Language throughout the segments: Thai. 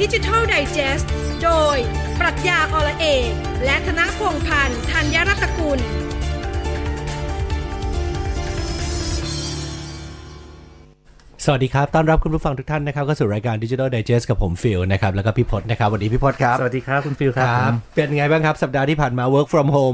Digital Digest โดยปรัชญาอรเอกและธนพงษ์พันธ์ธัญรัตนกุลสวัสดีครับต้อนรับคุณผู้ฟังทุกท่านนะครับเข้าสู่รายการ Digital Digest กับผมฟิลนะครับแล้วก็พี่พจน์นะครับวันนี้พี่พจน์ครับสวัสดีครับคุณฟิลครับเป็นไงบ้างครับสัปดาห์ที่ผ่านมา work from home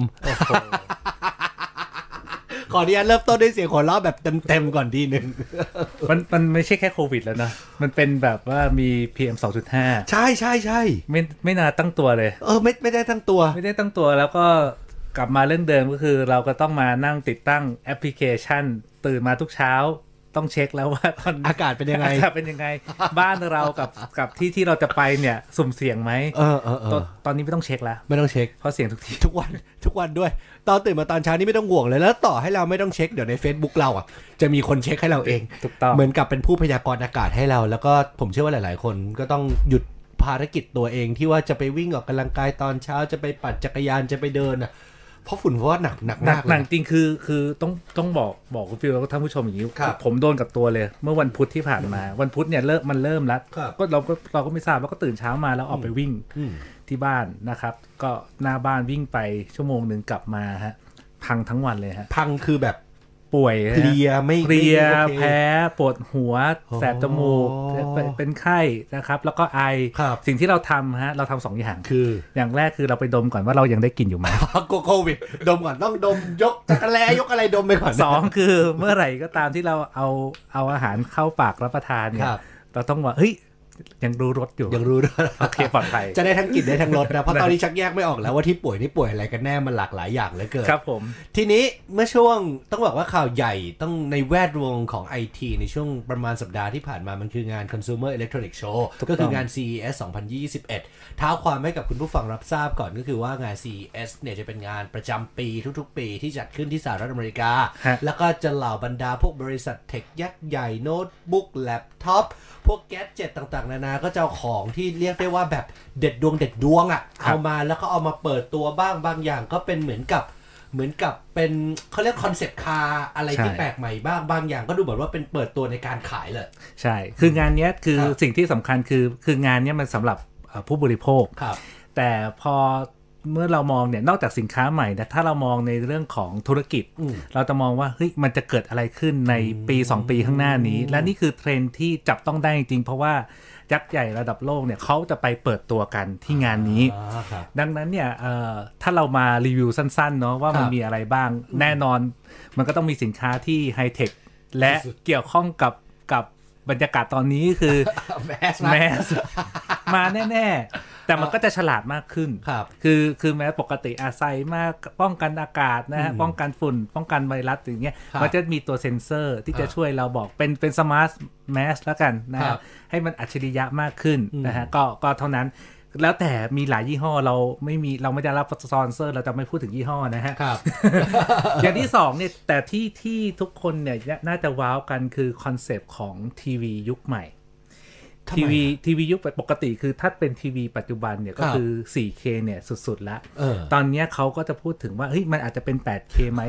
ขออนุญาตเริ่มต้นด้วยเสียงหัวเราะแบบเต็มๆก่อนทีนึงมันไม่ใช่แค่โควิดแล้วนะมันเป็นแบบว่ามี PM 2.5 ใช่ๆๆไม่น่าตั้งตัวเลยไม่ได้ตั้งตัวแล้วก็กลับมาเรื่องเดิมก็คือเราก็ต้องมานั่งติดตั้งแอปพลิเคชันตื่นมาทุกเช้าต้องเช็คแล้วว่าอากาศเป็นยังไงบ้านเรากับที่เราจะไปเนี่ยสุ่มเสี่ยงไหมตอนนี้ไม่ต้องเช็คแล้วไม่ต้องเช็คเพราะเสี่ยงทุกทีทุกวันด้วยตอนตื่นมาตอนเช้านี่ไม่ต้องห่วงเลยแล้วต่อให้เราไม่ต้องเช็คเดี๋ยวใน Facebook เราอ่ะจะมีคนเช็คให้เราเองถูกต้องเหมือนกับเป็นผู้พยากรณ์อากาศให้เราแล้วก็ผมเชื่อว่าหลายๆคนก็ต้องหยุดภารกิจตัวเองที่ว่าจะไปวิ่งออกกำลังกายตอนเช้าจะไปปั่นจักรยานจะไปเดินอ่ะเพราะฝุ่นเพราะว่าหนักมากเลยหนักจริงคือต้องบอกคุณฟิลแล้วก็ท่านผู้ชมอย่างนี้ผมโดนกับตัวเลยเมื่อวันพุธที่ผ่านมาวันพุธเนี่ยเริ่มแล้วก็เราก็ไม่ทราบแล้วก็ตื่นเช้ามาแล้วออกไปวิ่งที่บ้านนะครับก็หน้าบ้านวิ่งไปชั่วโมงนึงกลับมาฮะพังทั้งวันเลยฮะพังคือแบบป่วยเพลียแพ้ปวดหัวแสบจมูกเป็นไข้นะครับแล้วก็ไอสิ่งที่เราทำฮะเราทำ2อย่างคืออย่างแรกคือเราไปดมก่อนว่าเรายังได้กลิ่นอยู่ไหมโควิดดมก่อนต้องดมยกจักรแลยกอะไรดมไปก่อน 2คือเมื่อไหร่ก็ตามที่เราเอาอาหารเข้าปากรับประทานเนี่ยเราต้องว่าเฮ้ยยังรู้รสอยู่ยังรู้โอเคปลอดภัยจะได้ทั้งกลิ่นได้ทั้งรสนะเพราะตอนนี้ชักแยกไม่ออกแล้วว่าที่ป่วยนี่ป่วยอะไรกันแน่มันหลากหลายอย่างเหลือเกินครับผมทีนี้เมื่อช่วงต้องบอกว่าข่าวใหญ่ต้องในแวดวงของ IT ในช่วงประมาณสัปดาห์ที่ผ่านมามันคืองาน Consumer Electronics Show ก็คืองาน CES 2021เท้าความให้กับคุณผู้ฟังรับทราบก่อนก็คือว่างาน CES เนี่ยจะเป็นงานประจำปีทุกๆปีที่จัดขึ้นที่สหรัฐอเมริกาแล้วก็จะเหล่าบรรดาพวกบริษัทเทคยักษ์ใหญ่โน้ตบุ๊กแล็ปท็อปพวกแก๊สเจ็ตต่างๆนานาก็จะเอาของที่เรียกได้ว่าแบบเด็ดดวงอ่ะเอามาแล้วก็เอามาเปิดตัวบ้างบางอย่างก็เป็นเหมือนกับเป็นเขาเรียกคอนเซปต์คาร์อะไรที่แปลกใหม่บ้างบางอย่างก็ดูเหมือนว่าเป็นเปิดตัวในการขายเลยใช่คืองานนี้คือสิ่งที่สำคัญคืองานนี้มันสำหรับผู้บริโภคแต่พอเมื่อเรามองเนี่ยนอกจากสินค้าใหม่นะถ้าเรามองในเรื่องของธุรกิจเราจะมองว่าเฮ้ยมันจะเกิดอะไรขึ้นในปี2ปีข้างหน้านี้และนี่คือเทรนด์ที่จับต้องได้จริงเพราะว่ายักษ์ใหญ่ระดับโลกเนี่ยเขาจะไปเปิดตัวกันที่งานนี้ดังนั้นเนี่ยถ้าเรามารีวิวสั้นๆเนาะว่ามันมีอะไรบ้างแน่นอนมันก็ต้องมีสินค้าที่ไฮเทคและเกี่ยวข้องกับบรรยากาศตอนนี้คือแมสมาแน่ๆแต่มันก็จะฉลาดมากขึ้นคือแม้ปกติอาศัยมากป้องกันอากาศนะฮะป้องกันฝุ่นป้องกันไวรัสอย่างเงี้ยมันจะมีตัวเซ็นเซอร์ที่จะช่วยเราบอกเป็นสมาร์ทแมสแล้วกันนะฮะให้มันอัจฉริยะมากขึ้นนะฮะก็เท่านั้นแล้วแต่มีหลายยี่ห้อเราไม่ได้รับสปอนเซอร์เราจะไม่พูดถึงยี่ห้อนะฮะ อย่างที่2เนี่ยแต่ที่ทุกคนเนี่ยน่าจะว้าวกันคือคอนเซปต์ของทีวียุคใหม่ทีวียุคปกติคือถ้าเป็นทีวีปัจจุบันเนี่ยก็คือ 4K เนี่ยสุดๆแล้วตอนนี้เขาก็จะพูดถึงว่าเฮ้ยมันอาจจะเป็น 8K ไหม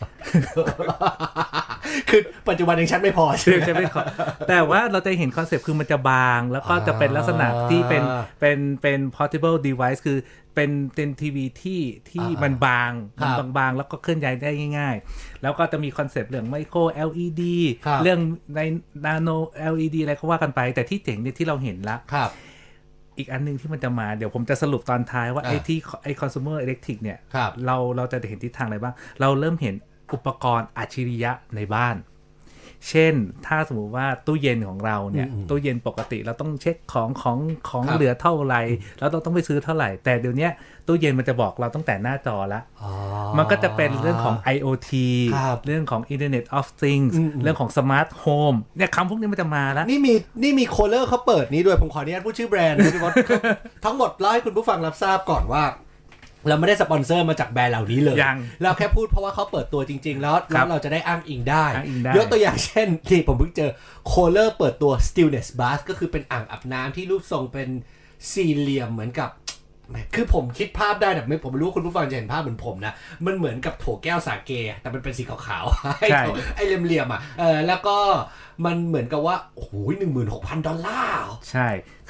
คือปัจจุบันยังชัดไม่พอใช่ไหมแต่ว่าเราจะเห็นคอนเซปต์คือมันจะบางแล้วก็จะเป็นลักษณะที่เป็น portable device คือเป็นทีวีที่มันบางแล้วก็เคลื่อนย้ายได้ง่ายๆแล้วก็จะมีคอนเซปต์เรื่องไมโคร LED เรื่องในนาโน LED อะไรก็ว่ากันไปแต่ที่เจ๋งเนี่ยที่เราเห็นละอีกอันนึงที่มันจะมาเดี๋ยวผมจะสรุปตอนท้ายว่าไอ้ consumer electric เนี่ยเราจะเห็นทิศทางอะไรบ้างเราเริ่มเห็นอุปกรณ์อัจฉริยะในบ้านเช่นถ้าสมมุติว่าตู้เย็นของเราเนี่ยตู้เย็นปกติเราต้องเช็คของเหลือเท่าไหร่แล้วเราต้องไปซื้อเท่าไหร่แต่เดี๋ยวนี้ตู้เย็นมันจะบอกเราตั้งแต่หน้าจอละมันก็จะเป็นเรื่องของ IoT เรื่องของ Internet of Things เรื่องของ Smart Home เนี่ยคำพวกนี้มันจะมาแล้วนี่มีโคลเลอร์เขาเปิดนี้ด้วยผมขออนุญาตพูดชื่อแบรนด์นะพี่บอสทั้งหมดเล่าให้คุณผู้ฟังรับทราบก่อนว่าเราไม่ได้สปอนเซอร์มาจากแบรนด์เหล่านี้เลยเราแค่พูดเพราะว่าเขาเปิดตัวจริงๆแล้วเราจะได้อ้างอิงได้ยกตัวอย่างเช่นที่ผมเพิ่งเจอโคลเลอร์เปิดตัว Stillness Bath ก็คือเป็นอ่างอาบน้ำที่รูปทรงเป็นสี่เหลี่ยมเหมือนกับคือผมคิดภาพได้แต่ไม่ผมไม่รู้คุณผู้ฟังจะเห็นภาพเหมือนผมนะมันเหมือนกับโถแก้วสาเกแต่มันเป็นสีขาวๆไอ้เหลี่ยมๆอ่ะแล้วก็มันเหมือนกับว่าโอ้โห$16,000 ใช่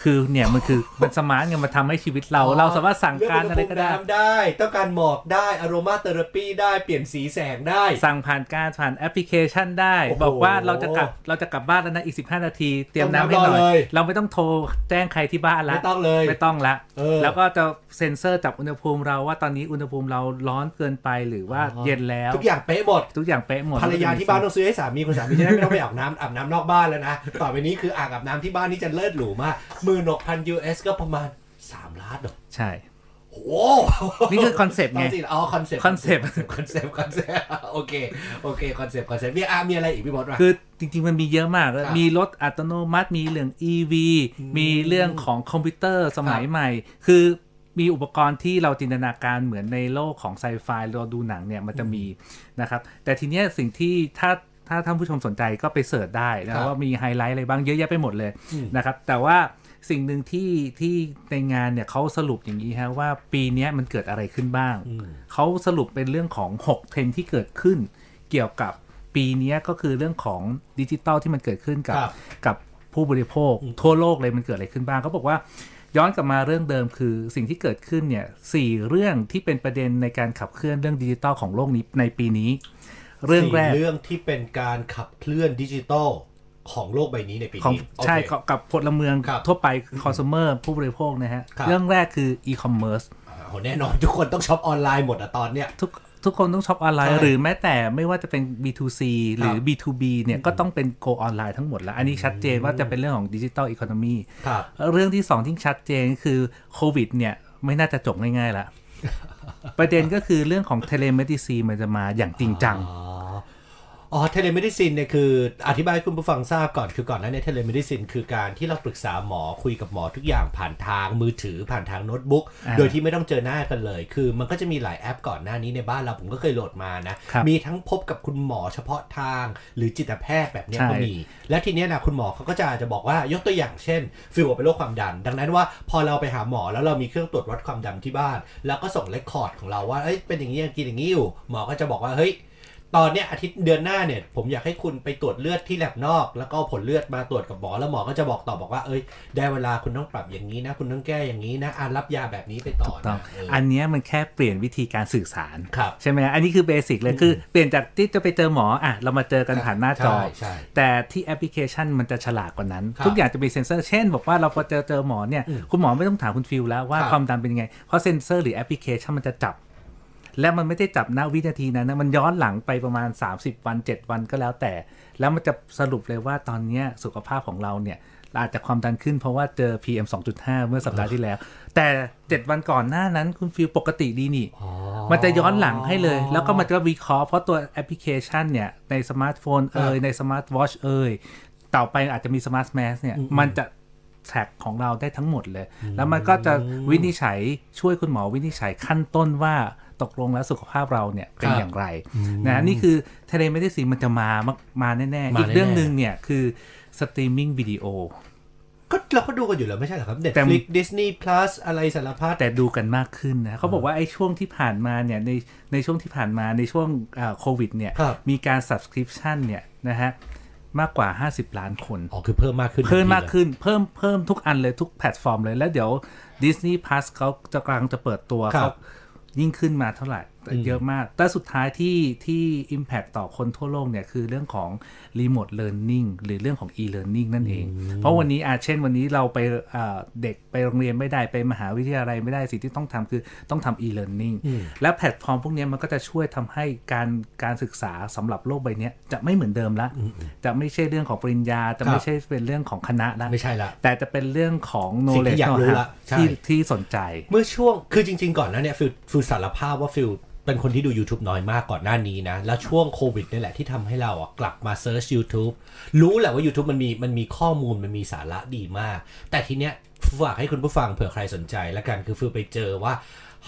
คือเนี่ยมันสมาร์ทไงมันทำให้ชีวิตเราสามารถสั่งการอะไรก็ได้ต้องการหมอกได้อโรมาเทอราปีได้เปลี่ยนสีแสงได้สั่งผ่านแอปพลิเคชันได้บอกว่าเราจะกลับบ้านแล้วนะอีก15นาทีเตรียมน้ำให้หน่อยเราไม่ต้องโทรแจ้งใครที่บ้านละไม่ต้องละแล้วก็จะเซ็นเซอร์จับอุณหภูมิเราว่าตอนนี้อุณหภูมิเราร้อนเกินไปหรือว่าเย็นแล้วทุกอย่างเป๊ะหมดภรรยาที่บ้านต้องซื้อให้สามีคุณสามีจะได้ไม่ต้องไปอาบน้ำนอกบ้านแล้วนะต่อไปนี้คืออาบน้ำที่บ้านนี่จะเลิศหรูมาก16,000 US ก็ประมาณ3 ล้านใช่โอ้นี่คือคอนเซปต์ไงคอนเซปต์โอเคคอนเซปต์มีอะไรอีกพี่บอสคือจริงๆมันมีเยอะมากมีรถอัตโนมัติมีเรื่อง EV มีเรื่องของคอมพิวเตอร์สมัยใหม่คือมีอุปกรณ์ที่เราจินตนาการเหมือนในโลกของไซไฟเราดูหนังเนี่ยมันจะมีนะครับแต่ทีเนี้ยสิ่งที่ถ้าท่านผู้ชมสนใจก็ไปเสิร์ชได้นะว่ามีไฮไลท์อะไรบ้างเยอะแยะไปหมดเลยนะครับแต่ว่าสิ่งหนึ่งที่ในงานเนี่ยเขาสรุปอย่างนี้ฮะว่าปีนี้มันเกิดอะไรขึ้นบ้างเขาสรุปเป็นเรื่องของ6เทรนด์ที่เกิดขึ้นเกี่ยวกับปีนี้ก็คือเรื่องของดิจิตอลที่มันเกิดขึ้นกับผู้บริโภคทั่วโลกเลยมันเกิดอะไรขึ้นบ้างเขาบอกว่าย้อนกลับมาเรื่องเดิมคือสิ่งที่เกิดขึ้นเนี่ย4เรื่องที่เป็นประเด็นในการขับเคลื่อนเรื่องดิจิตอลของโลกนี้ในปีนี้เรื่องแรกเรื่องที่เป็นการขับเคลื่อนดิจิตอลของโลกใบนี้ในปีนี้ใช่กับพลเมืองทั่วไปคอน sumer ผู้บริโภคนะฮะเรื่องแรกคือ e-commerce แน่นอนทุกคนต้องช็อปออนไลน์หมดตอนเนี้ยทุกคนต้องช็อปออนไลน์หรือแม้แต่ไม่ว่าจะเป็น B2C หรือ B2B เนี่ยก็ต้องเป็น go ออนไลน์ทั้งหมดแล้วอันนี้ชัดเจนว่าจะเป็นเรื่องของ Digital Economy เรื่องที่2ที่ชัดเจนคือโควิดเนี่ยไม่น่าจะจบง่ายๆละประเด็นก็คือเรื่องของ Telemedicine มันจะมาอย่างจริงจังเทเลเมดิซินเนี่ยคืออธิบายให้คุณผู้ฟังทราบก่อนคือก่อนหน้านี้เทเลเมดิซินคือการที่เราปรึกษาหมอคุยกับหมอทุกอย่างผ่านทางมือถือผ่านทางโน้ตบุ๊กโดยที่ไม่ต้องเจอหน้ากันเลยคือมันก็จะมีหลายแอปก่อนหน้านี้ในบ้านเราผมก็เคยโหลดมานะมีทั้งพบกับคุณหมอเฉพาะทางหรือจิตแพทย์แบบนี้ก็มีและทีนี้นะคุณหมอเขาก็จะบอกว่ายกตัวอย่างเช่นฟิลเป็นโรคความดันดังนั้นว่าพอเราไปหาหมอแล้วเรามีเครื่องตรวจวัดความดันที่บ้านแล้วก็ส่งเรคคอร์ดของเราว่าเป็นอย่างนี้กินอย่างนี้อยู่หมอก็จะบอกว่าเฮ้ยตอนนี้อาทิตย์เดือนหน้าเนี่ยผมอยากให้คุณไปตรวจเลือดที่แลบนอกแล้วก็ผลเลือดมาตรวจกับหมอแล้วหมอก็จะบอกว่าได้เวลาคุณต้องปรับอย่างนี้นะคุณต้องแก้อย่างนี้นะรับยาแบบนี้ไปต่อนะอันนี้มันแค่เปลี่ยนวิธีการสื่อสารใช่ไหมอันนี้คือเบสิกเลยคือเปลี่ยนจากที่จะไปเจอหมอเรามาเจอกันผ่านหน้าจอแต่ที่แอปพลิเคชันมันจะฉลาดกว่านั้นทุกอย่างจะมีเซ็นเซอร์เช่นบอกว่าเราพอเจอหมอเนี่ยคุณหมอไม่ต้องถามคุณฟิลแล้วว่าความดันเป็นยังไงเพราะเซ็นเซอร์หรือแอปพลิเคชันมันจะจับและมันไม่ได้จับณวินาทีนั้นนะมันย้อนหลังไปประมาณ30วัน7วันก็แล้วแต่แล้วมันจะสรุปเลยว่าตอนนี้สุขภาพของเราเนี่ยอาจจะความดันขึ้นเพราะว่าเจอ PM 2.5 เมื่อสัปดาห์ที่แล้วแต่7วันก่อนหน้านั้นคุณฟิลปกติดีนี่มันจะย้อนหลังให้เลยแล้วก็มันจะวิเคราะห์เพราะตัวแอปพลิเคชันเนี่ยในสมาร์ทโฟนในสมาร์ทวอชต่อไปอาจจะมีสมาร์ทแมสเนี่ยมันจะแท็กของเราได้ทั้งหมดเลยแล้วมันก็จะวินิจฉัยช่วยคุณหมอวินิจฉัยขั้นต้นว่าตกลงแล้วสุขภาพเราเนี่ยเป็นอย่างไรนะนี่คือเทเลเมดิซินมันจะมาแน่ๆอีกเรื่องนึงเนี่ยคือสตรีมมิ่งวิดีโอก็เราก็ดูกันอยู่แล้วไม่ใช่เหรอครับ Netflix Disney Plus อะไรสารพัดแต่ดูกันมากขึ้นนะเขาบอกว่าไอ้ช่วงที่ผ่านมาเนี่ยในช่วงที่ผ่านมาในช่วงโควิดเนี่ยมีการ subscription เนี่ยนะฮะมากกว่า50ล้านคนคือเพิ่มมากขึ้นเพิ่มทุกอันเลยทุกแพลตฟอร์มเลยแล้วเดี๋ยว Disney Plus เขาจะกำลังจะเปิดตัวเขายิ่งขึ้นมาเท่าไหร่เยอะมากแต่สุดท้ายที่ impact ต่อคนทั่วโลกเนี่ยคือเรื่องของ remote learning หรือเรื่องของ e-learning นั่นเองเพราะวันนี้เช่นวันนี้เราไปเด็กไปโรงเรียนไม่ได้ไปมหาวิทยาลัยไม่ได้สิ่งที่ต้องทำคือต้องทำ e-learning และแพลตฟอร์มพวกนี้มันก็จะช่วยทำให้การศึกษาสำหรับโลกใบนี้จะไม่เหมือนเดิมละจะไม่ใช่เรื่องของปริญญาจะไม่ใช่เป็นเรื่องของคณะละไม่ใช่ละแต่จะเป็นเรื่องของ knowledge ที่สนใจเมื่อช่วงคือจริงๆก่อนนะเนี่ยฟิลสารภาพว่าฟิลเป็นคนที่ดู YouTube น้อยมากก่อนหน้านี้นะแล้วช่วงโควิดนี่แหละที่ทำให้เรากลับมาเซิร์ช YouTube รู้แหละว่า YouTube มันมีข้อมูลมันมีสาระดีมากแต่ทีเนี้ยฝากให้คุณผู้ฟังเผื่อใครสนใจแล้วกันคือฟิลไปเจอว่า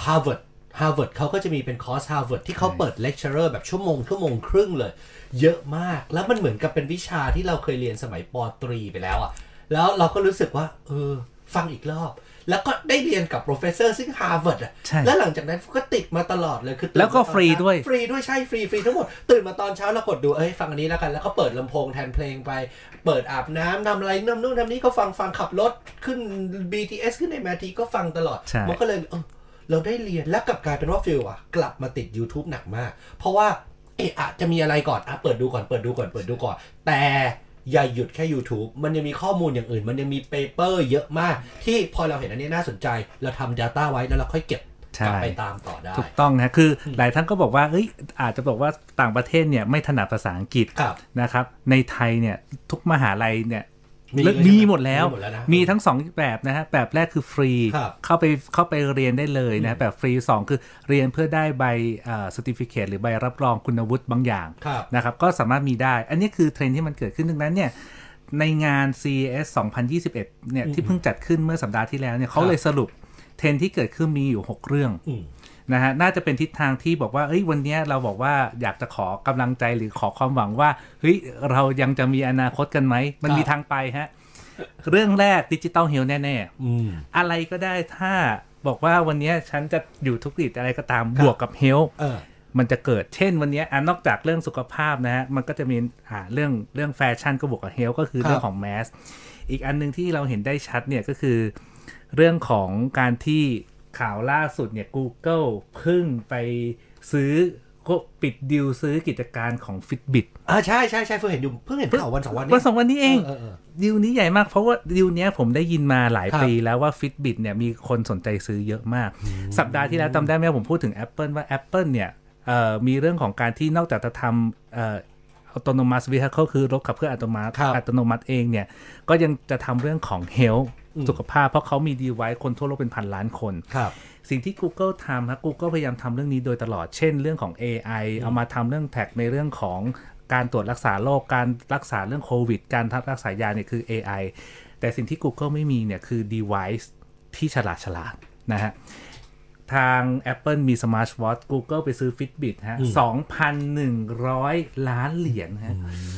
Harvard เขาก็จะมีเป็นคอร์ส Harvard ที่เขาเปิดเลคเชอร์แบบชั่วโมงครึ่งเลยเยอะมากแล้วมันเหมือนกับเป็นวิชาที่เราเคยเรียนสมัยป.ตรีไปแล้วแล้วเราก็รู้สึกว่าฟังอีกรอบแล้วก็ได้เรียนกับโปรเฟสเซอร์ซึ่ง Harvard อ่ะแล้วหลังจากนั้นก็ติดมาตลอดเลยคือแล้วก็ฟรีด้วยใช่ฟรีทั้งหมดตื่นมาตอนเช้าแล้วกดดูฟังอันนี้แล้วกันแล้วก็เปิดลำโพงแทนเพลงไปเปิดอาบน้ำทำอะไรนู่นทำนี่ก็ฟังขับรถขึ้น BTS ขึ้น MRT ก็ฟังตลอดมันก็เลยเราได้เรียนแล้วกลับกลายเป็นว่าฟิลอ่ะกลับมาติด YouTube หนักมากเพราะว่าจะมีอะไรก่อนเปิดดูก่อนแต่อย่าหยุดแค่ YouTube มันยังมีข้อมูลอย่างอื่นมันยังมีเปเปอร์เยอะมากที่พอเราเห็นอันนี้น่าสนใจเราทำ Data ไว้แล้วเราค่อยเก็บกลับไปตามต่อได้ถูกต้องนะคือหลายท่านก็บอกว่าอาจจะบอกว่าต่างประเทศเนี่ยไม่ถนัดภาษาอังกฤษนะครับในไทยเนี่ยทุกมหาลัยเนี่ยมีหมดแล้วมีทั้ง2แบบนะฮะแบบแรกคือฟรีเข้าไปเรียนได้เลยนะแบบฟรี2คือเรียนเพื่อได้ใบcertificate หรือใบรับรองคุณวุฒิบางอย่างนะครับก็สามารถมีได้อันนี้คือเทรนด์ที่มันเกิดขึ้นดังนั้นเนี่ยในงาน CES 2021เนี่ยที่เพิ่งจัดขึ้นเมื่อสัปดาห์ที่แล้วเนี่ยเขาเลยสรุปเทรนด์ที่เกิดขึ้นมีอยู่6เรื่องนะฮะน่าจะเป็นทิศทางที่บอกว่าวันนี้เราบอกว่าอยากจะขอกำลังใจหรือขอความหวังว่าเรายังจะมีอนาคตกันไหมมันมีทางไปฮะเรื่องแรกดิจิตอลเฮลท์แน่ๆอะไรก็ได้ถ้าบอกว่าวันนี้ฉันจะอยู่ธุรกิจอะไรก็ตามบวกกับเฮลท์มันจะเกิดเช่นวันนี้นอกจากเรื่องสุขภาพนะฮะมันก็จะมีเรื่องแฟชั่นก็บวกกับเฮลท์ก็คือเรื่องของแมสอีกอันนึงที่เราเห็นได้ชัดเนี่ยก็คือเรื่องของการที่ข่าวล่าสุดเนี่ย Google เพิ่งไปซื้อก็ปิดดีลซื้อกิจการของ Fitbit ใช่ๆๆเพิ่งเห็นข่าววัน2วันนี้เองดีลนี้ใหญ่มากเพราะว่าดีลเนี้ยผมได้ยินมาหลายปีแล้วว่า Fitbit เนี่ยมีคนสนใจซื้อเยอะมากสัปดาห์ที่แล้วจำได้ไหมผมพูดถึง Apple ว่า Apple เนี่ยมีเรื่องของการที่นอกจากจะทำautonomous vehicle คือรถขับเคลื่อนอัตโนมัติเองเนี่ยก็ยังจะทำเรื่องของ health สุขภาพเพราะเขามี device คนทั่วโลกเป็นพันล้านคนสิ่งที่ Google ทำครับ Google พยายามทำเรื่องนี้โดยตลอดเช่นเรื่องของ AI เอามาทำเรื่องแท็กในเรื่องของการตรวจรักษาโรคการรักษาเรื่องโควิดการรักษายาเนี่ยคือ AI แต่สิ่งที่ Google ไม่มีเนี่ยคือ device ที่ฉลาดนะฮะทาง Apple มี Smart Watch Google ไปซื้อ Fitbit ฮะ 2,100 ล้านเหรียญฮะ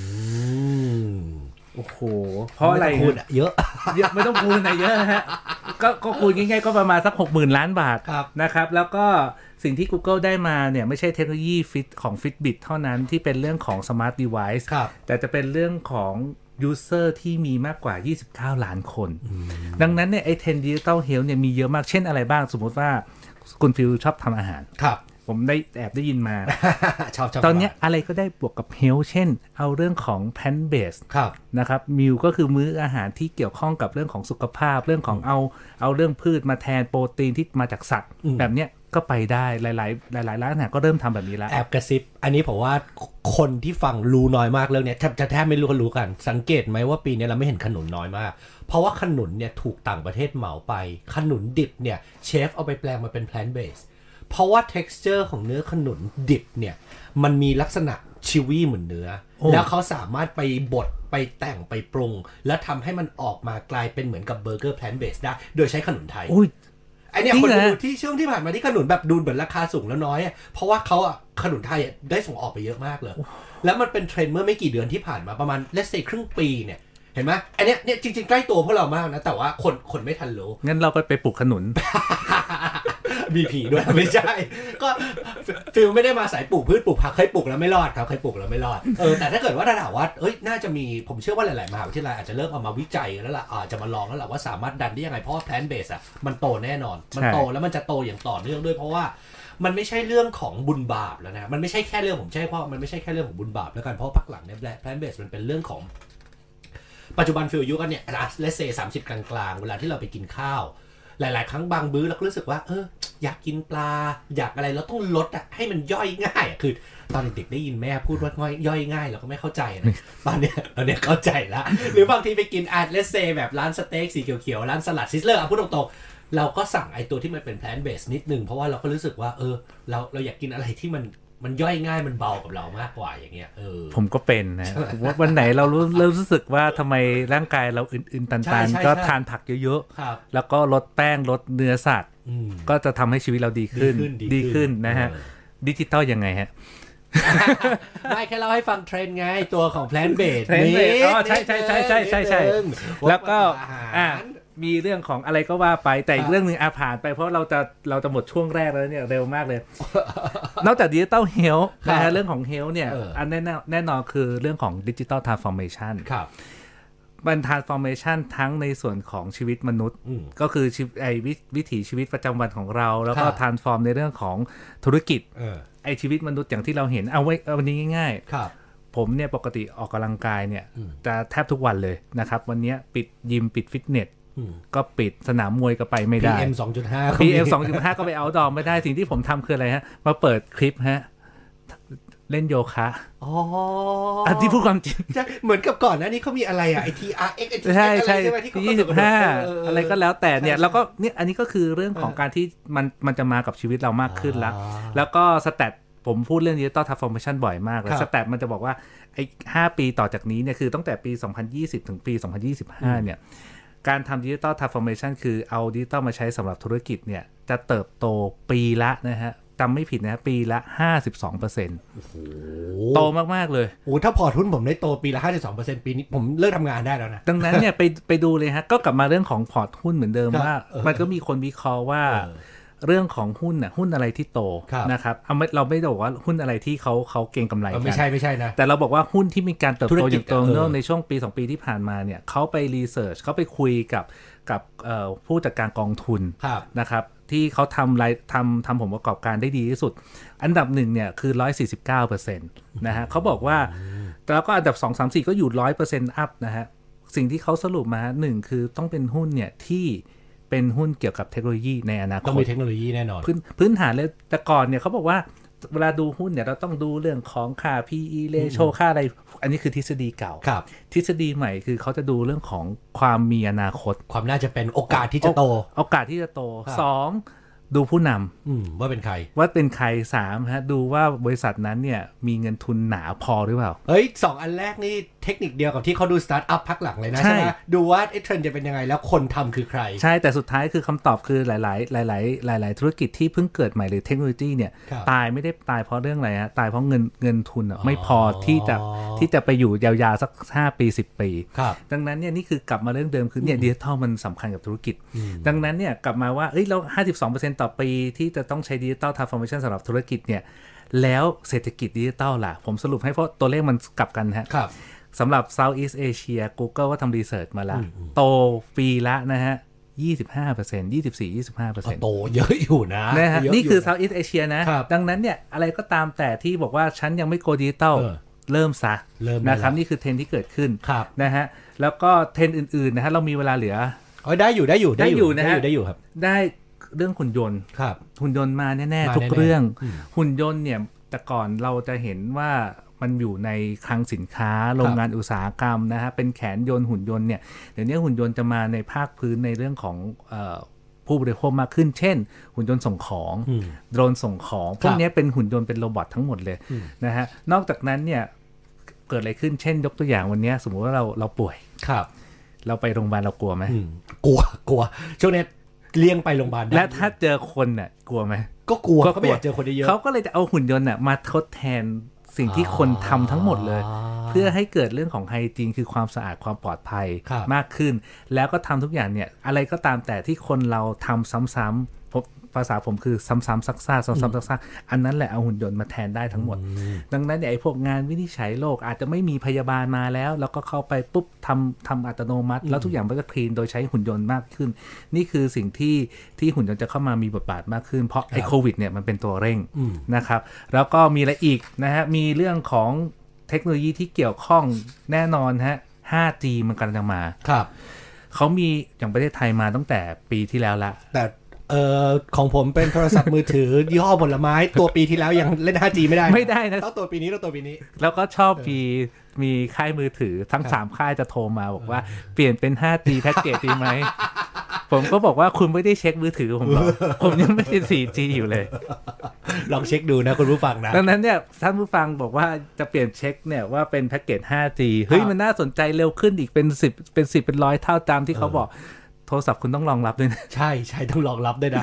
โอ้โหเพราะอะไรคูณเยอะไม่ต้องคูณอะไรเยอะนะฮะก็คูณง่ายๆก็ประมาณสัก 60,000 ล้านบาทนะครับแล้วก็สิ่งที่ Google ได้มาเนี่ยไม่ใช่เทคโนโลยีของ Fitbit เท่านั้นที่เป็นเรื่องของ Smart Device แต่จะเป็นเรื่องของuser ที่มีมากกว่า29ล้านคนดังนั้นเนี่ยไอ้เทรนด์ Digital Health เนี่ยมีเยอะมากเช่นอะไรบ้างสมมติว่าคุณฟิลชอบทำอาหารผมได้ยินมาชอบตอนนี้อะไรก็ได้บวกกับ Health เช่นเอาเรื่องของ Plant Based นะครับมิลก็คือมื้ออาหารที่เกี่ยวข้องกับเรื่องของสุขภาพเรื่องของเอาเรื่องพืชมาแทนโปรตีนที่มาจากสัตว์แบบเนี้ยก็ไปได้หลายร้านอาหารก็เริ่มทำแบบนี้แล้วแอบกระซิบอันนี้ผมว่าคนที่ฟังรู้น้อยมากเรื่องนี้จะแทบไม่รู้กันสังเกตไหมว่าปีนี้เราไม่เห็นขนุนน้อยมากเพราะว่าขนุนเนี่ยถูกต่างประเทศเหมาไปขนุนดิบเนี่ยเชฟเอาไปแปลงมาเป็น plant based เพราะว่า texture ของเนื้อขนุนดิบเนี่ยมันมีลักษณะชิวี่เหมือนเนื้อแล้วเขาสามารถไปบดไปแต่งไปปรุงแล้วทำให้มันออกมากลายเป็นเหมือนกับเบอร์เกอร์ plant based ได้โดยใช้ขนุนไทยไอเนี่ยคนดูที่ช่วงที่ผ่านมาที่ขนุนแบบดูเหมือนราคาสูงแล้วน้อยเพราะว่าเขาขนุนไทยได้ส่งออกไปเยอะมากเลยแล้วมันเป็นเทรนด์เมื่อไม่กี่เดือนที่ผ่านมาประมาณเลสเซครึ่งปีเนี่ยเห็นไหมอันเนี้ยจริงๆใกล้ตัวพวกเรามากนะแต่ว่าคนไม่ทันรู้งั้นเราไปปลูกขนุนมีผีด้วยไม่ใช่ก็ฟิลไม่ได้มาสายปลูกพืชปลูกผักเคยปลูกแล้วไม่รอดครับเคยปลูกแล้วไม่รอดแต่ถ้าเกิดว่าถ้าถามว่าน่าจะมีผมเชื่อว่าหลายๆมหาวิทยาลัยอาจจะเริ่มเอามาวิจัยแล้วล่ะอาจจะมาลองแล้วล่ะว่าสามารถดันได้ยังไงเพราะว่า plant based มันโตแน่นอนมันโตแล้วมันจะโตอย่างต่อเนื่องด้วยเพราะว่ามันไม่ใช่เรื่องของบุญบาปแล้วนะมันไม่ใช่แค่เรื่องผมใช่เพราะมันไม่ใช่แค่เรื่องของบุญบาปแล้วกันเพราะพักหลังเนี่ย plant based มันเป็นเรื่องของปัจจุบันฟิลยุกันเนี่ยเลสเซ30กลางๆเวลาที่เราไปกินข้าวหลายๆครั้งบางมื้อเราก็รู้สึกว่าอยากกินปลาอยากอะไรเราต้องลดให้มันย่อยง่ายคือตอนเด็กๆได้ยินแม่พูดว่าย่อยง่ายเราก็ไม่เข้าใจนะตอนเนี้ยเข้าใจแล้วหรือบางทีไปกินเลสเซแบบร้านสเต็กสีเขียวๆร้านสลัดซิสเลอร์พูดตรงๆเราก็สั่งไอ้ตัวที่มันเป็น plant based นิดนึงเพราะว่าเราก็รู้สึกว่าเราอยากกินอะไรที่มันย่อยง่ายมันเบากับเรามากกว่าอย่างเงี้ยผมก็เป็นนะว่าวันไหนเรารู้สึกว่าทำไมร่างกายเราอื่นๆตันๆก็ทานผักเยอะๆแล้วก็ลดแป้งลดเนื้อสัตว์ก็จะทำให้ชีวิตเราดีขึ้นนะฮะดิจิตอลยังไงฮะไม่แค่เราให้ฟังเทรนด์ไงตัวของ plant based นี่ใช่แล้วก็มีเรื่องของอะไรก็ว่าไปแต่อีกเรื่องนึงผ่านไปเพราะเราจะหมดช่วงแรกแล้วเนี่ยเร็วมากเลย นอกจาก Digital Health นะฮะเรื่องของ Health เนี่ยอันแน่นอนคือเรื่องของ Digital Transformation ครับมัน transformation ทั้งในส่วนของชีวิตมนุษย์ก็คือวิถีชีวิตประจำวันของเราแล้วก็ transform ในเรื่องของธุรกิจชีวิตมนุษย์อย่างที่เราเห็นเอาวันนี้ง่ายๆผมเนี่ยปกติออกกำลังกายเนี่ยจะแทบทุกวันเลยนะครับวันนี้ปิดยิมปิดฟิตเนสก็ปิดสนามมวยก็ไปไม่ได้ PM 2.5 PM 2.5 ก็ไปเอาดอมไม่ได้สิ่งที่ผมทำคืออะไรฮะมาเปิดคลิปฮะเล่นโยคะอันที่พูดความจริงเหมือนกับก่อนนะนี่เขามีอะไรอ่ะไอ TRX ใช่ใช่25อะไรก็แล้วแต่เนี่ยแล้วก็เนี่ยอันนี้ก็คือเรื่องของการที่มันจะมากับชีวิตเรามากขึ้นแล้วก็สแตทผมพูดเรื่อง Digital Transformation บ่อยมากเลยสแตทมันจะบอกว่าไอ้5ปีต่อจากนี้เนี่ยคือตั้งแต่ปี2020ถึงปี2025เนี่ยการทำ Digital Transformation คือเอา Digital มาใช้สำหรับธุรกิจเนี่ยจะเติบโตปีละนะฮะจำไม่ผิดนะปีละ 52% โตมากๆเลยโอ้ถ้าพอร์ตหุ้นผมได้โตปีละ 52% ปีนี้ผมเลิกทำงานได้แล้วนะดังนั้นเนี่ยไปดูเลยฮะก็กลับมาเรื่องของพอร์ตหุ้นเหมือนเดิมว่ามันก็มีคนวิเคราะห์ว่าเรื่องของหุ้นน่ะหุ้นอะไรที่โตนะครับเราไม่ได้บอกว่าหุ้นอะไรที่เขาเก็งกำไรกันไม่ใช่นะแต่เราบอกว่าหุ้นที่มีการเติบโตอย่างต่อเนื่องในช่วงปี2ปีที่ผ่านมาเนี่ยเขาไปรีเสิร์ชเขาไปคุยกับผู้จัดการกองทุนนะครับที่เขาทำผลประกอบการได้ดีที่สุดอันดับ1เนี่ยคือ 149% นะฮะเขาบอกว่าแล้วก็อันดับ2 3 4ก็อยู่ 100% อัพนะฮะสิ่งที่เขาสรุปมา1คือต้องเป็นหุ้นเนี่ยที่เป็นหุ้นเกี่ยวกับเทคโนโลยีในอนาคตต้องมีเทคโนโลยีแน่นอนพื้นฐานเลยแต่ก่อนเนี่ยเขาบอกว่าเวลาดูหุ้นเนี่ยเราต้องดูเรื่องของค่า PE ratio ค่าอะไรอันนี้คือทฤษฎีเก่าทฤษฎีใหม่คือเขาจะดูเรื่องของความมีอนาคตความน่าจะเป็นโอกาสที่จะโต 2ดูผู้นำว่าเป็นใคร 3ฮะดูว่าบริษัทนั้นเนี่ยมีเงินทุนหนาพอหรือเปล่าเฮ้ย2อันแรกนี่เทคนิคเดียวกับที่เขาดูสตาร์ทอัพพักหลังเลยนะใช่ไหมดูว่าเทรนด์จะเป็นยังไงแล้วคนทำคือใครใช่แต่สุดท้ายคือคำตอบคือหลายธุรกิจที่เพิ่งเกิดใหม่หรือเทคโนโลยีเนี่ยตายไม่ได้ตายเพราะเรื่องอะไรฮะตายเพราะเงินทุนไม่พอที่จะไปอยู่ยาวๆสัก5ปี10ปีดังนั้นเนี่ยนี่คือกลับมาเรื่องเดิมคือเนี่ยดิจิทัลมันสำคัญกับธุรกิจดังนั้นเนี่ยกลับมาว่าเรา 52% ต่อปีที่จะต้องใช้ Digital Transformation สำหรับธุรกิจเนี่ยแล้วเศรษฐกิจดิจิทัลล่ะผมสรุปให้เพราะตัวเลขมันกลับกันฮะสำหรับ Southeast Asia Google ก็ทำรีเสิร์ชมาแล้วโตปีละนะฮะ 24-25% โตเยอะอยู่นะฮะนี่คือ Southeast Asia นะดังนั้นเนี่ยอะไรก็ตามแต่ที่บอกว่าฉันยังไม่โกดิจิทัลเริ่มซะนะครับนี่คือเทรนด์ที่เกิดขึ้นนะฮะแล้วก็เทรนด์อื่นๆนะฮะเรามีเวลาเหลือได้อยู่นะฮะได้อยู่ครับได้เรื่องหุ่นยนต์หุ่นยนต์มาแน่ๆทุกเรื่องหุ่นยนต์เนี่ยแต่ก่อนเราจะเห็นว่ามันอยู่ในคลังสินค้าโรงงานอุตสาหกรรมนะฮะเป็นแขนยนต์หุ่นยนต์เนี่ยเดี๋ยวนี้หุ่นยนต์จะมาในภาคพื้นในเรื่องของผู้บริโภคมากขึ้นเช่นหุ่นยนต์ส่งของโดรนส่งของพวกนี้เป็นหุ่นยนต์เป็นโรบอททั้งหมดเลยนะฮะนอกจากนั้นเนี่ยเกิดอะไรขึ้นเช่นยกตัวอย่างวันนี้สมมุติว่าเราป่วยเราไปโรงพยาบาลเรากลัวไหมกลัวช่วงนี้เลี้ยงไปโรงพยาบาลและถ้าเจอคนน่ะกลัวไหมก็กลัวเขาไม่อยากเจอคนเยอะเขาก็เลยจะเอาหุ่นยนต์น่ะมาทดแทนสิ่งที่คนทำทั้งหมดเลยเพื่อให้เกิดเรื่องของไฮจีนคือความสะอาดความปลอดภัยมากขึ้นแล้วก็ทำทุกอย่างเนี่ยอะไรก็ตามแต่ที่คนเราทำซ้ำภาษาผมคือซ้ำๆซักๆซ้ำๆซักๆอันนั้นแหละเอาหุ่นยนต์มาแทนได้ทั้งหมดดังนั้นเนี่ยไอ้พวกงานวินิจฉัยโรคอาจจะไม่มีพยาบาลมาแล้วก็เข้าไปปุ๊บทำอัตโนมัติแล้วทุกอย่างมันก็คลีนโดยใช้หุ่นยนต์มากขึ้นนี่คือสิ่งที่หุ่นยนต์จะเข้ามามีบทบาทมากขึ้นเพราะไอ้โควิดเนี่ยมันเป็นตัวเร่งนะครับแล้วก็มีอะไรอีกนะฮะมีเรื่องของเทคโนโลยีที่เกี่ยวข้องแน่นอนฮะ 5G มันกำลังจะมาครับเขามีอย่างประเทศไทยมาตั้งแต่ปีที่แล้วละแต่ของผมเป็นโทรศัพท์มือถือยี่ห้อผลไม้ตัวปีที่แล้วยังเล่น 5G ไม่ได้นะต้องตัวปีนี้แล้วก็ชอบมีค่ายมือถือทั้ง3ค่ายจะโทรมาบอกว่าเปลี่ยนเป็น 5G แพ็กเกจดีไหมผมก็บอกว่าคุณไม่ได้เช็คมือถือผมหรอกผมยังไม่เป็น 4G อยู่เลยลองเช็คดูนะคุณผู้ฟังนะดังนั้นเนี่ยท่านผู้ฟังบอกว่าจะเปลี่ยนเช็คเนี่ยว่าเป็นแพ็กเกจ 5G เฮ้ยมันน่าสนใจเร็วขึ้นอีกเป็น10เป็น100เท่าตามที่เขาบอกโทรศัพท์คุณต้องรองรับด้วยนะใช่ต้องรองรับด้วยนะ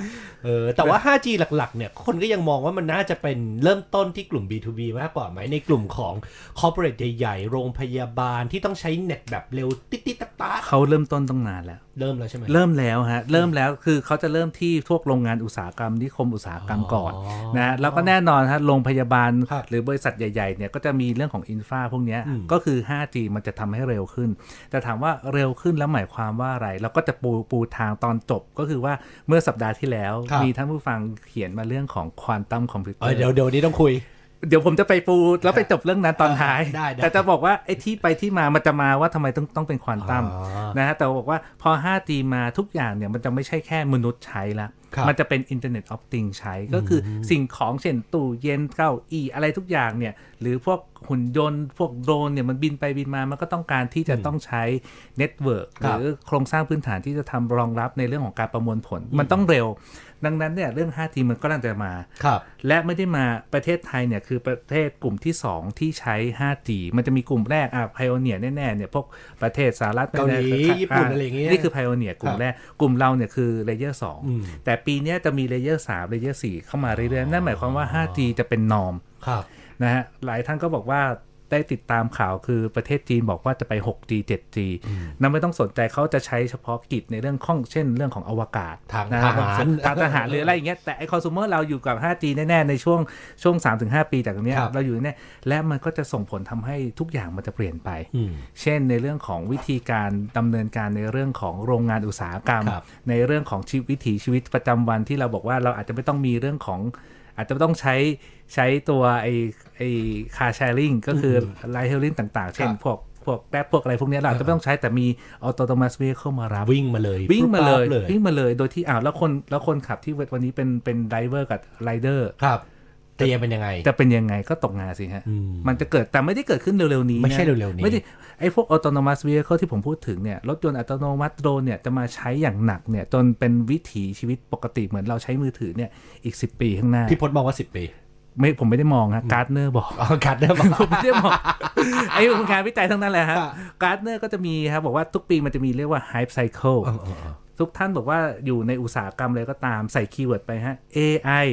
แต่ว่า 5G หลักๆเนี่ยคนก็ยังมองว่ามันน่าจะเป็นเริ่มต้นที่กลุ่ม B2B มากกว่าไหมในกลุ่มของ corporate ใหญ่ๆโรงพยาบาลที่ต้องใช้เน็ตแบบเร็วติ๊ดๆตัดๆเขาเริ่มต้นตั้งนานแล้วเริ่มแล้วใช่ไหมเริ่มแล้วฮะเริ่มแล้วคือเขาจะเริ่มที่พวกโรงงานอุตสาหกรรมนิคมอุตสาหกรรมก่อนนะแล้วก็แน่นอนฮะโรงพยาบาลหรือบริษัทใหญ่ๆเนี่ยก็จะมีเรื่องของอินฟราพวกนี้ก็คือ 5G มันจะทำให้เร็วขึ้นแต่ถามว่าเร็วขึ้นแล้วหมายความว่าอะไรเราก็จะปูทางตอนจบก็คือว่าเมื่อสัปดาห์ที่แล้วมีท่านผู้ฟังเขียนมาเรื่องของควอนตัมคอมพิวเตอร์เดี๋ยวนี้ต้องคุยเดี๋ยวผมจะไปปูแล้วไปจบเรื่องนั้นตอนท้ายแต่จะบอกว่าไอ้ที่ไปที่มามันจะมาว่าทำไมต้องเป็นควอนตัมนะฮะแต่บอกว่าพอ 5G มาทุกอย่างเนี่ยมันจะไม่ใช่แค่มนุษย์ใช้ละมันจะเป็น Internet of Things ใช้ก็คือสิ่งของเช่นตู้เย็นเก้าอี้อะไรทุกอย่างเนี่ยหรือพวกหุ่นยนต์พวกโดรนเนี่ยมันบินไปบินมามันก็ต้องการที่จะต้องใช้เน็ตเวิร์กหรือโครงสร้างพื้นฐานที่จะทำรองรับในเรื่องของการประมวลผลมันต้องเร็วดังนั้นเนี่ยเรื่อง 5G มันก็น่าจะมาและไม่ได้มาประเทศไทยเนี่ยคือประเทศกลุ่มที่2ที่ใช้ 5G มันจะมีกลุ่มแรกPioneer แน่ๆเนี่ยพวกประเทศสหรัฐเกาหลีญี่ปุ่นอะไรอย่างเงี้ยนี่คือ Pioneer กลุ่มแรกกลุ่มเราเนี่ยคือ Layer 2แต่ปีนี้จะมี Layer 3 Layer 4เข้ามาเรื่อยๆนั่นหมายความว่า 5G จะเป็นนอร์มนะฮะหลายท่านก็บอกว่าได้ติดตามข่าวคือประเทศจีนบอกว่าจะไป 6G 7G นั่นไม่ต้องสนใจเขาจะใช้เฉพาะกิจในเรื่องของเช่นเรื่องของอวกาศทางทหารหรืออะไรอย่างเงี้ยแต่ไอ้คอน sumer เราอยู่กับ 5G แน่ๆในช่วง 3-5 ปีจากนี้เราอยู่แน่และมันก็จะส่งผลทำให้ทุกอย่างมันจะเปลี่ยนไปเช่นในเรื่องของวิธีการดำเนินการในเรื่องของโรงงานอุตสาหกรรมในเรื่องของวิถีชีวิตประจำวันที่เราบอกว่าเราอาจจะไม่ต้องมีเรื่องของอาจจะต้องใช้ตัวไอ้คาร์แชร์ลิงก็คือไลท์เฮลลิ่งต่างๆเช่นพวกแป๊บพวกอะไรพวกนี้เราอาจจะไม่ต้องใช้แต่มีออโตโนมัสเวฮิเคิลมารับวิ่งมาเลยโดยที่แล้วคนขับที่วันนี้เป็นไดเวอร์กับไรเดอร์ครับจะเป็นยังไงก็ตกงานสิฮะมันจะเกิดแต่ไม่ได้เกิดขึ้นเร็วๆนี้ไม่ใช่เร็วๆนี้ไม่ได้ไอ้พวกออโตโนมัสเวฮิเคิลที่ผมพูดถึงเนี่ยรถยนต์อัตโนมัติโดรนเนี่ยจะมาใช้อย่างหนักเนี่ยจนเป็นวิถีชีวิตปกติเหมือนเราใช้มือถือเนี่ยอีก10 ปีข้างหน้าพี่พจน์มองว่า10 ปีผมไม่ได้มองฮะการ์ดเนอร์บอกการ์ดเนอร์บอกผมไม่ได้มองไอ้งานวิจัยทั้งนั้นแหละฮะการ์ดเนอร์ก็จะมีครับบอกว่าทุกปีมันจะมีเรียกว่า hype cycle ทุกท่านบอกว่าอยู่ในอุตสาหกรรมเลยก็ตามใส่คีย์เวิร์ดไปฮะ AI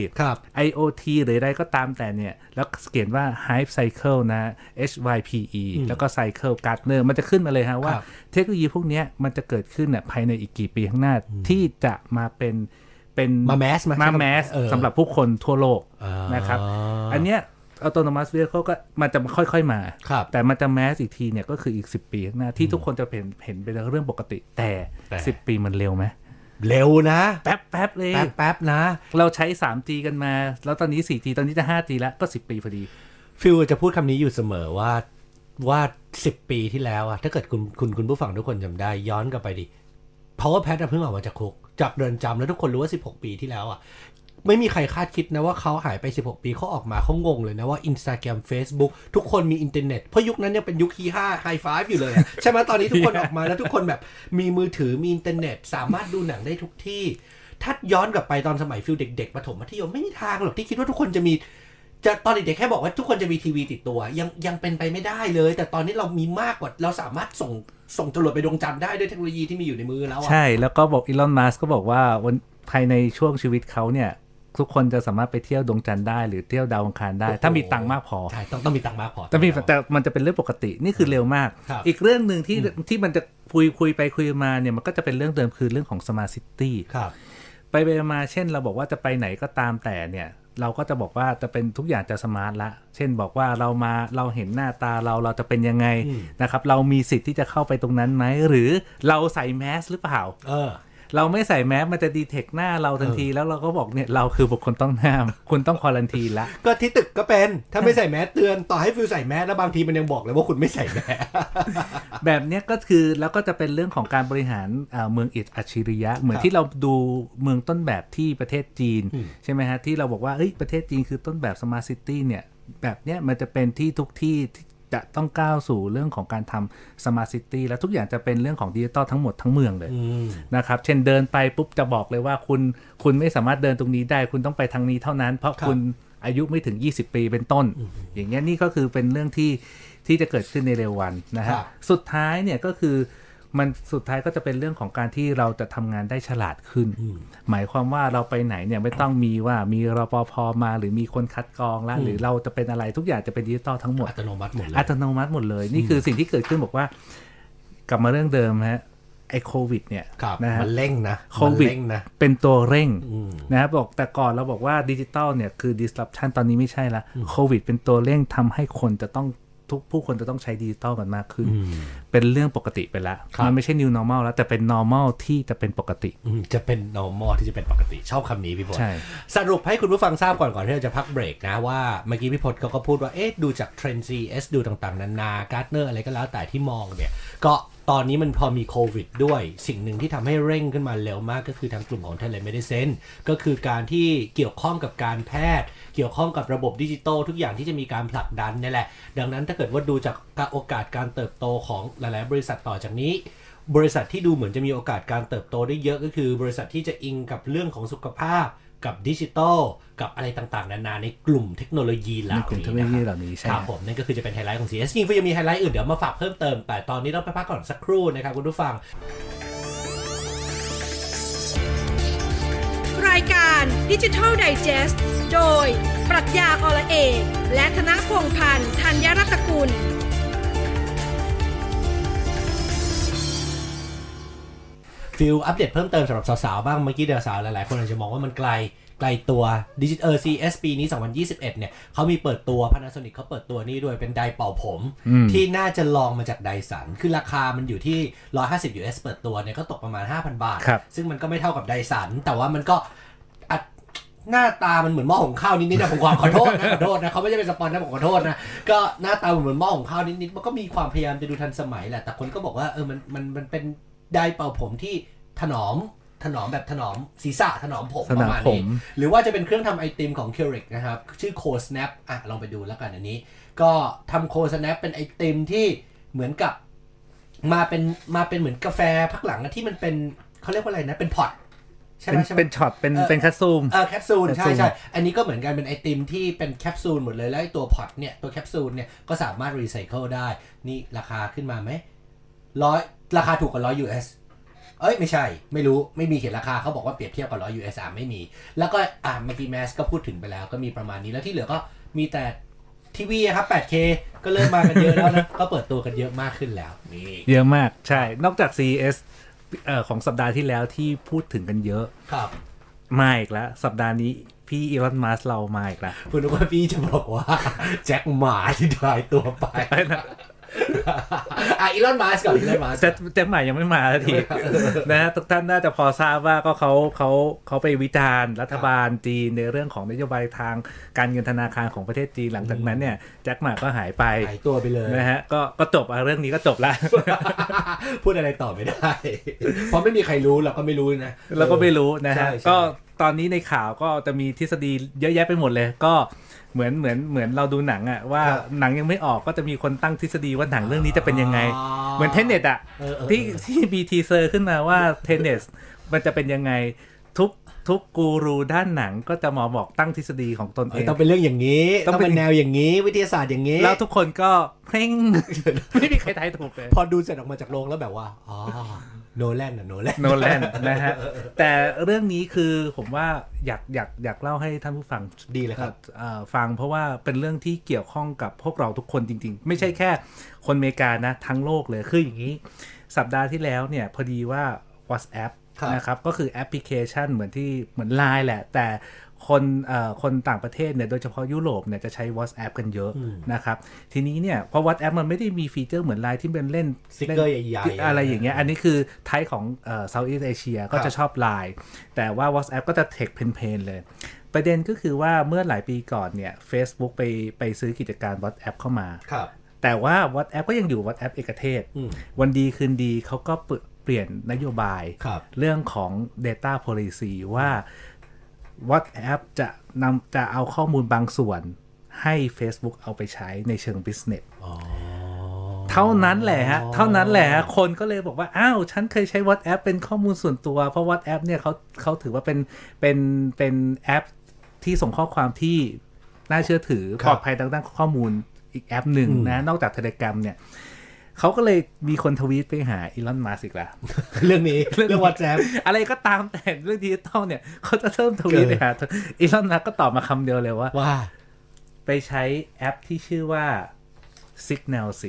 IoT หรืออะไรก็ตามแต่เนี่ยแล้วเขียนว่า hype cycle นะ HYPE แล้วก็ cycle Gartner มันจะขึ้นมาเลยฮะว่าเทคโนโลยีพวกนี้มันจะเกิดขึ้นเนี่ยภายในอีกกี่ปีข้างหน้าที่จะมาเป็นมาแมสสำหรับผู้คนทั่วโลกนะครับอันเนี้ยautonomous vehicle ก็มันจะค่อยๆมาแต่มันจะแมสอีกทีเนี่ยก็คืออีก10 ปีข้างหน้าที่ทุกคนจะเห็นเป็นเรื่องปกติแต่10 ปีมันเร็วไหมเร็วนะแป๊บเลยแป๊บนะเราใช้ 3G กันมาแล้วตอนนี้ 4G ตอนนี้จะ 5G แล้วก็10 ปีพอดีฟิลจะพูดคำนี้อยู่เสมอว่า10 ปีที่แล้วอะถ้าเกิดคุณผู้ฟังทุกคนจำได้ย้อนกลับไปดิ Power Pad เพิ่งออกมาจากคุกจากเรือนจำแล้วทุกคนรู้ว่า16 ปีที่แล้วอ่ะไม่มีใครคาดคิดนะว่าเขาหายไป16 ปีเขาออกมาเขางงเลยนะว่า Instagram Facebook ทุกคนมีอินเทอร์เน็ตเพราะยุคนั้นยังเป็นยุคที่5 High Five อยู่เลยใช่ไหมตอนนี้ทุกคนออกมาแล้วทุกคนแบบมีมือถือมีอินเทอร์เน็ตสามารถดูหนังได้ทุกที่ถ้าย้อนกลับไปตอนสมัยฟิลเด็กๆประถมมัธยมไม่มีทางหรอกที่คิดว่าทุกคนจะมีตอนเด็กๆแค่บอกว่าทุกคนจะมีทีวีติดตัวยังเป็นไปไม่ได้เลยแต่ตอนนี้เรามีมากกว่าเราสามารถส่งจรวดไปดวงจันทร์ได้ด้วยเทคโนโลยีที่มีอยู่ในมือแล้วใช่แล้วก็บอกอีลอนมัสก์ก็บอกว่าวันภายในช่วงชีวิตเขาเนี่ยทุกคนจะสามารถไปเที่ยวดวงจันทร์ได้หรือเที่ยวดาวอังคารได้ถ้ามีตังค์มากพอใช่ต้องมีตังค์มากพอแต่มันจะเป็นเรื่องปกตินี่คือเร็วมากอีกเรื่องนึงที่มันจะคุยไปคุยมาเนี่ยมันก็จะเป็นเรื่องเดิมคือเรื่องของสมาร์ทซิตี้ไปมาเช่นเราบอกว่าจะไปไหนก็ตามแต่เนี่ยเราก็จะบอกว่าจะเป็นทุกอย่างจะสมาร์ทละเช่นบอกว่าเราเห็นหน้าตาเราจะเป็นยังไงนะครับเรามีสิทธิ์ที่จะเข้าไปตรงนั้นไหมหรือเราใส่แมสหรือเปล่าเราไม่ใส่แมสมันจะดีเทคหน้าเราทันทีแล้วเราก็บอกเนี่ยเราคือบุคคลต้องห้ามคุณต้องควอรันทีละก็ที่ตึกก็เป็นถ้าไม่ใส่แมสเตือนต่อให้ฟิลใส่แมสแล้วบางทีมันยังบอกเลยว่าคุณไม่ใส่แมสแบบนี้ก็คือแล้วก็จะเป็นเรื่องของการบริหารเมืองอัจฉริยะเหมือนที่เราดูเมืองต้นแบบที่ประเทศจีนใช่ไหมฮะที่เราบอกว่าประเทศจีนคือต้นแบบสมาร์ทซิตี้เนี่ยแบบเนี้ยมันจะเป็นที่ทุกที่จะต้องก้าวสู่เรื่องของการทำสมาร์ทซิตี้แล้วทุกอย่างจะเป็นเรื่องของดิจิตอลทั้งหมดทั้งเมืองเลยนะครับเช่นเดินไปปุ๊บจะบอกเลยว่าคุณไม่สามารถเดินตรงนี้ได้คุณต้องไปทางนี้เท่านั้นเพราะคุณอายุไม่ถึง20 ปีเป็นต้นอย่างเงี้ยนี่ก็คือเป็นเรื่องที่จะเกิดขึ้นในเร็ววันนะฮะสุดท้ายเนี่ยก็คือมันสุดท้ายก็จะเป็นเรื่องของการที่เราจะทำงานได้ฉลาดขึ้นหมายความว่าเราไปไหนเนี่ยไม่ต้องมีว่ามีรปภ.มาหรือมีคนคัดกรองแล้วหรือเราจะเป็นอะไรทุกอย่างจะเป็นดิจิตอลทั้งหมดอัตโนมัติหมดเลยอัตโนมัติหมดเลยนี่คือสิ่งที่เกิดขึ้นบอกว่ากลับมาเรื่องเดิมฮะไอ้โควิดเนี่ยนะมันเร่งนะโควิดเป็นตัวเร่งนะครับบอกแต่ก่อนเราบอกว่าดิจิตอลเนี่ยคือ disruption ตอนนี้ไม่ใช่ละโควิดเป็นตัวเร่งทำให้คนจะต้องผู้คนจะต้องใช้ดิจิตอลกันมากขึ้นเป็นเรื่องปกติไปแล้วมันไม่ใช่ new normal แล้วแต่เป็น normal ที่จะเป็นปกติจะเป็น normal ที่จะเป็นปกติชอบคำนี้พี่พจน์สรุปให้คุณผู้ฟังทราบก่อนที่เราจะพักเบรกนะว่าเมื่อกี้พี่พจน์ก็พูดว่าดูจากเทรนด์ CES ดูต่างๆนานาการ์ดเนอร์อะไรก็แล้วแต่ที่มองเนี่ยก็ตอนนี้มันพอมีโควิดด้วยสิ่งหนึ่งที่ทำให้เร่งขึ้นมาเร็วมากก็คือทางกลุ่มของ Telemedicine ก็คือการที่เกี่ยวข้องกับการแพทย์เกี่ยวข้องกับระบบดิจิตอลทุกอย่างที่จะมีการผลักดันนี่แหละดังนั้นถ้าเกิดว่าดูจากโอกาสการเติบโตของหลายๆบริษัทต่อจากนี้บริษัทที่ดูเหมือนจะมีโอกาสการเติบโตได้เยอะก็คือบริษัทที่จะอิงกับเรื่องของสุขภาพกับดิจิทัลกับอะไรต่างๆนานาในกลุ่มเทคโนโลยีเหล่านี้ครับผมนั่นก็คือจะเป็นไฮไลท์ของ CES จริงๆยังมีไฮไลท์อื่นเดี๋ยวมาฝากเพิ่มเติมแต่ตอนนี้เราไปพักก่อนสักครู่นะครับคุณผู้ฟังรายการ Digital Digest โดยปรัชญาอรเอกและธนพงษ์พันธ์ธัญรัตนกุลฟิลอัปเดตเพิ่มเติมสำหรับสาวๆบ้างเมื่อกี้เดี๋ยวสาวหลายๆคนอาจจะมองว่ามันไกลตัวCES ปีนี้2021เนี่ยเขามีเปิดตัว Panasonic เขาเปิดตัวนี้ด้วยเป็นไดร์เป่าผมที่น่าจะลองมาจากไดสันคือราคามันอยู่ที่$150เปิดตัวเนี่ยก็ตกประมาณ 5,000 บาทซึ่งมันก็ไม่เท่ากับไดสันแต่ว่ามันก็หน้าตามันเหมือนหม้อหุงข้าวนิดๆนะผมขอโทษนะเขาไม่ใช่เป็นสปอนนะผมขอโทษนะก็หน้าตาเหมือนหม้อหุงข้าวนิดๆมันก็มีความพยายามจะดูทันสมัยแหละแต่คนก็บอกว่ามันเป็นไดร์เป่าผมที่ถนอมแบบถนอมศีรษะถนอมผมประมาณนี้หรือว่าจะเป็นเครื่องทำไอติมของ Keurig นะครับชื่อ Cold Snap ลองไปดูแล้วกันอันนี้ก็ทำ Cold Snap เป็นไอติมที่เหมือนกับมาเป็นเหมือนกาแฟพักหลังที่มันเป็นเขาเรียกว่าอะไรนะเป็นพอตใช่ไหมเป็นช็อตเป็นแคปซูลแคปซูลใช่อันนี้ก็เหมือนกันเป็นไอติมที่เป็นแคปซูลหมดเลยแล้วตัวพอตเนี่ยตัวแคปซูลเนี่ยก็สามารถรีไซเคิลได้นี่ราคาขึ้นมาไหมราคาถูกกว่า$100ไม่ใช่ไม่รู้ไม่มีเขียนราคาเขาบอกว่าเปรียบเทียบกับ$100ไม่มีแล้วก็เมื่อกี้แมสก็พูดถึงไปแล้วก็มีประมาณนี้แล้วที่เหลือก็มีแต่ทีวีครับ 8K ก็เริ่มมากันเยอะแล้วนะก็เปิดตัวกันเยอะมากขึ้นแล้วนี่เยอะมากใช่นอกจาก CES ของสัปดาห์ที่แล้วที่พูดถึงกันเยอะครับมาอีกแล้วสัปดาห์นี้พี่อีลอนมัสก์เรามาอีกแล้วคุณนึกว่าพี่จะบอกว่าแจ็คหมาที่หายตัวไปอีลอนมัสก์ก่อนอีลอนมัสก์แจ็คหมายังไม่มาทีนะทุกท่านน่าจะพอทราบว่าก็เขาไปวิจารณ์รัฐบาลจีนในเรื่องของนโยบายทางการเงินธนาคารของประเทศจีนหลังจากนั้นเนี่ยแจ็คหมาก็หายตัวไปเลยนะฮะก็จบเรื่องนี้ก็จบแล้วพูดอะไรต่อไม่ได้เพราะไม่มีใครรู้เราก็ไม่รู้นะเราก็ไม่รู้นะฮะก็ตอนนี้ในข่าวก็จะมีทฤษฎีเยอะแยะไปหมดเลยก็เหมือนเราดูหนังอะว่าหนังยังไม่ออกก็จะมีคนตั้งทฤษฎีว่าหนังเรื่องนี้จะเป็นยังไงเหมือนเทนเน็ตอะที่มีทีเซอร์ขึ้นมาว่าเทนเน็ตมันจะเป็นยังไงทุกกูรูด้านหนังก็จะมาบอกตั้งทฤษฎีของตนเองต้องเป็นเรื่องอย่างนี้ต้องเป็นแนวอย่างนี้วิทยาศาสตร์อย่างนี้แล้วทุกคนก็เพ่งไม่มีใครทายถูกเลยพอดูเสร็จออกมาจากโรงแล้วแบบว่าโนแลนนะฮะแต่เรื่องนี้คือผมว่าอยากเล่าให้ท่านผู้ฟังดีเลยครับฟังเพราะว่าเป็นเรื่องที่เกี่ยวข้องกับพวกเราทุกคนจริงๆไม่ใช่แค่คนอเมริกานะทั้งโลกเลยคืออย่างนี้สัปดาห์ที่แล้วเนี่ยพอดีว่า WhatsApp นะครับก็คือแอปพลิเคชันเหมือน LINE แหละแต่คนต่างประเทศเนี่ยโดยเฉพาะยุโรปเนี่ยจะใช้ WhatsApp กันเยอะนะครับทีนี้เนี่ยเพราะ WhatsApp มันไม่ได้มีฟีเจอร์เหมือน LINE ที่เป็นเล่นสติ๊กเกอร์ใหญ่ๆอะไรอย่างเงี้ยอันนี้คือไทป์ของSoutheast Asia ก็จะชอบ LINE แต่ว่า WhatsApp ก็จะเทคเพนๆเลยประเด็นก็คือว่าเมื่อหลายปีก่อนเนี่ย Facebook ไปซื้อกิจการ WhatsApp เข้ามาแต่ว่า WhatsApp ก็ยังอยู่ WhatsApp เอกเทศวันดีคืนดีเขาก็เปลี่ยนนโยบายเรื่องของ Data Policy ว่า WhatsApp จะเอาข้อมูลบางส่วนให้ Facebook เอาไปใช้ในเชิง business เท่านั้นแหละฮะคนก็เลยบอกว่าอ้าวฉันเคยใช้ WhatsApp เป็นข้อมูลส่วนตัวเพราะ WhatsApp เนี่ยเขาถือว่าเป็นแอปที่ส่งข้อความที่น่าเชื่อถือปลอดภัยทางด้านข้อมูลอีกแอปหนึ่งนะนอกจาก Telegram เนี่ยเขาก็เลยมีคนทวีตไปหาอีลอนมัสก์อีกแล้วเรื่องนี้เรื่อง WhatsApp อะไรก็ตามแต่เรื่องดิจิตอลเนี่ยเขาจะเริ่มทวีตไปหาอีลอนมัสก์ก็ตอบมาคำเดียวเลยว่าไปใช้แอปที่ชื่อว่า Signal สิ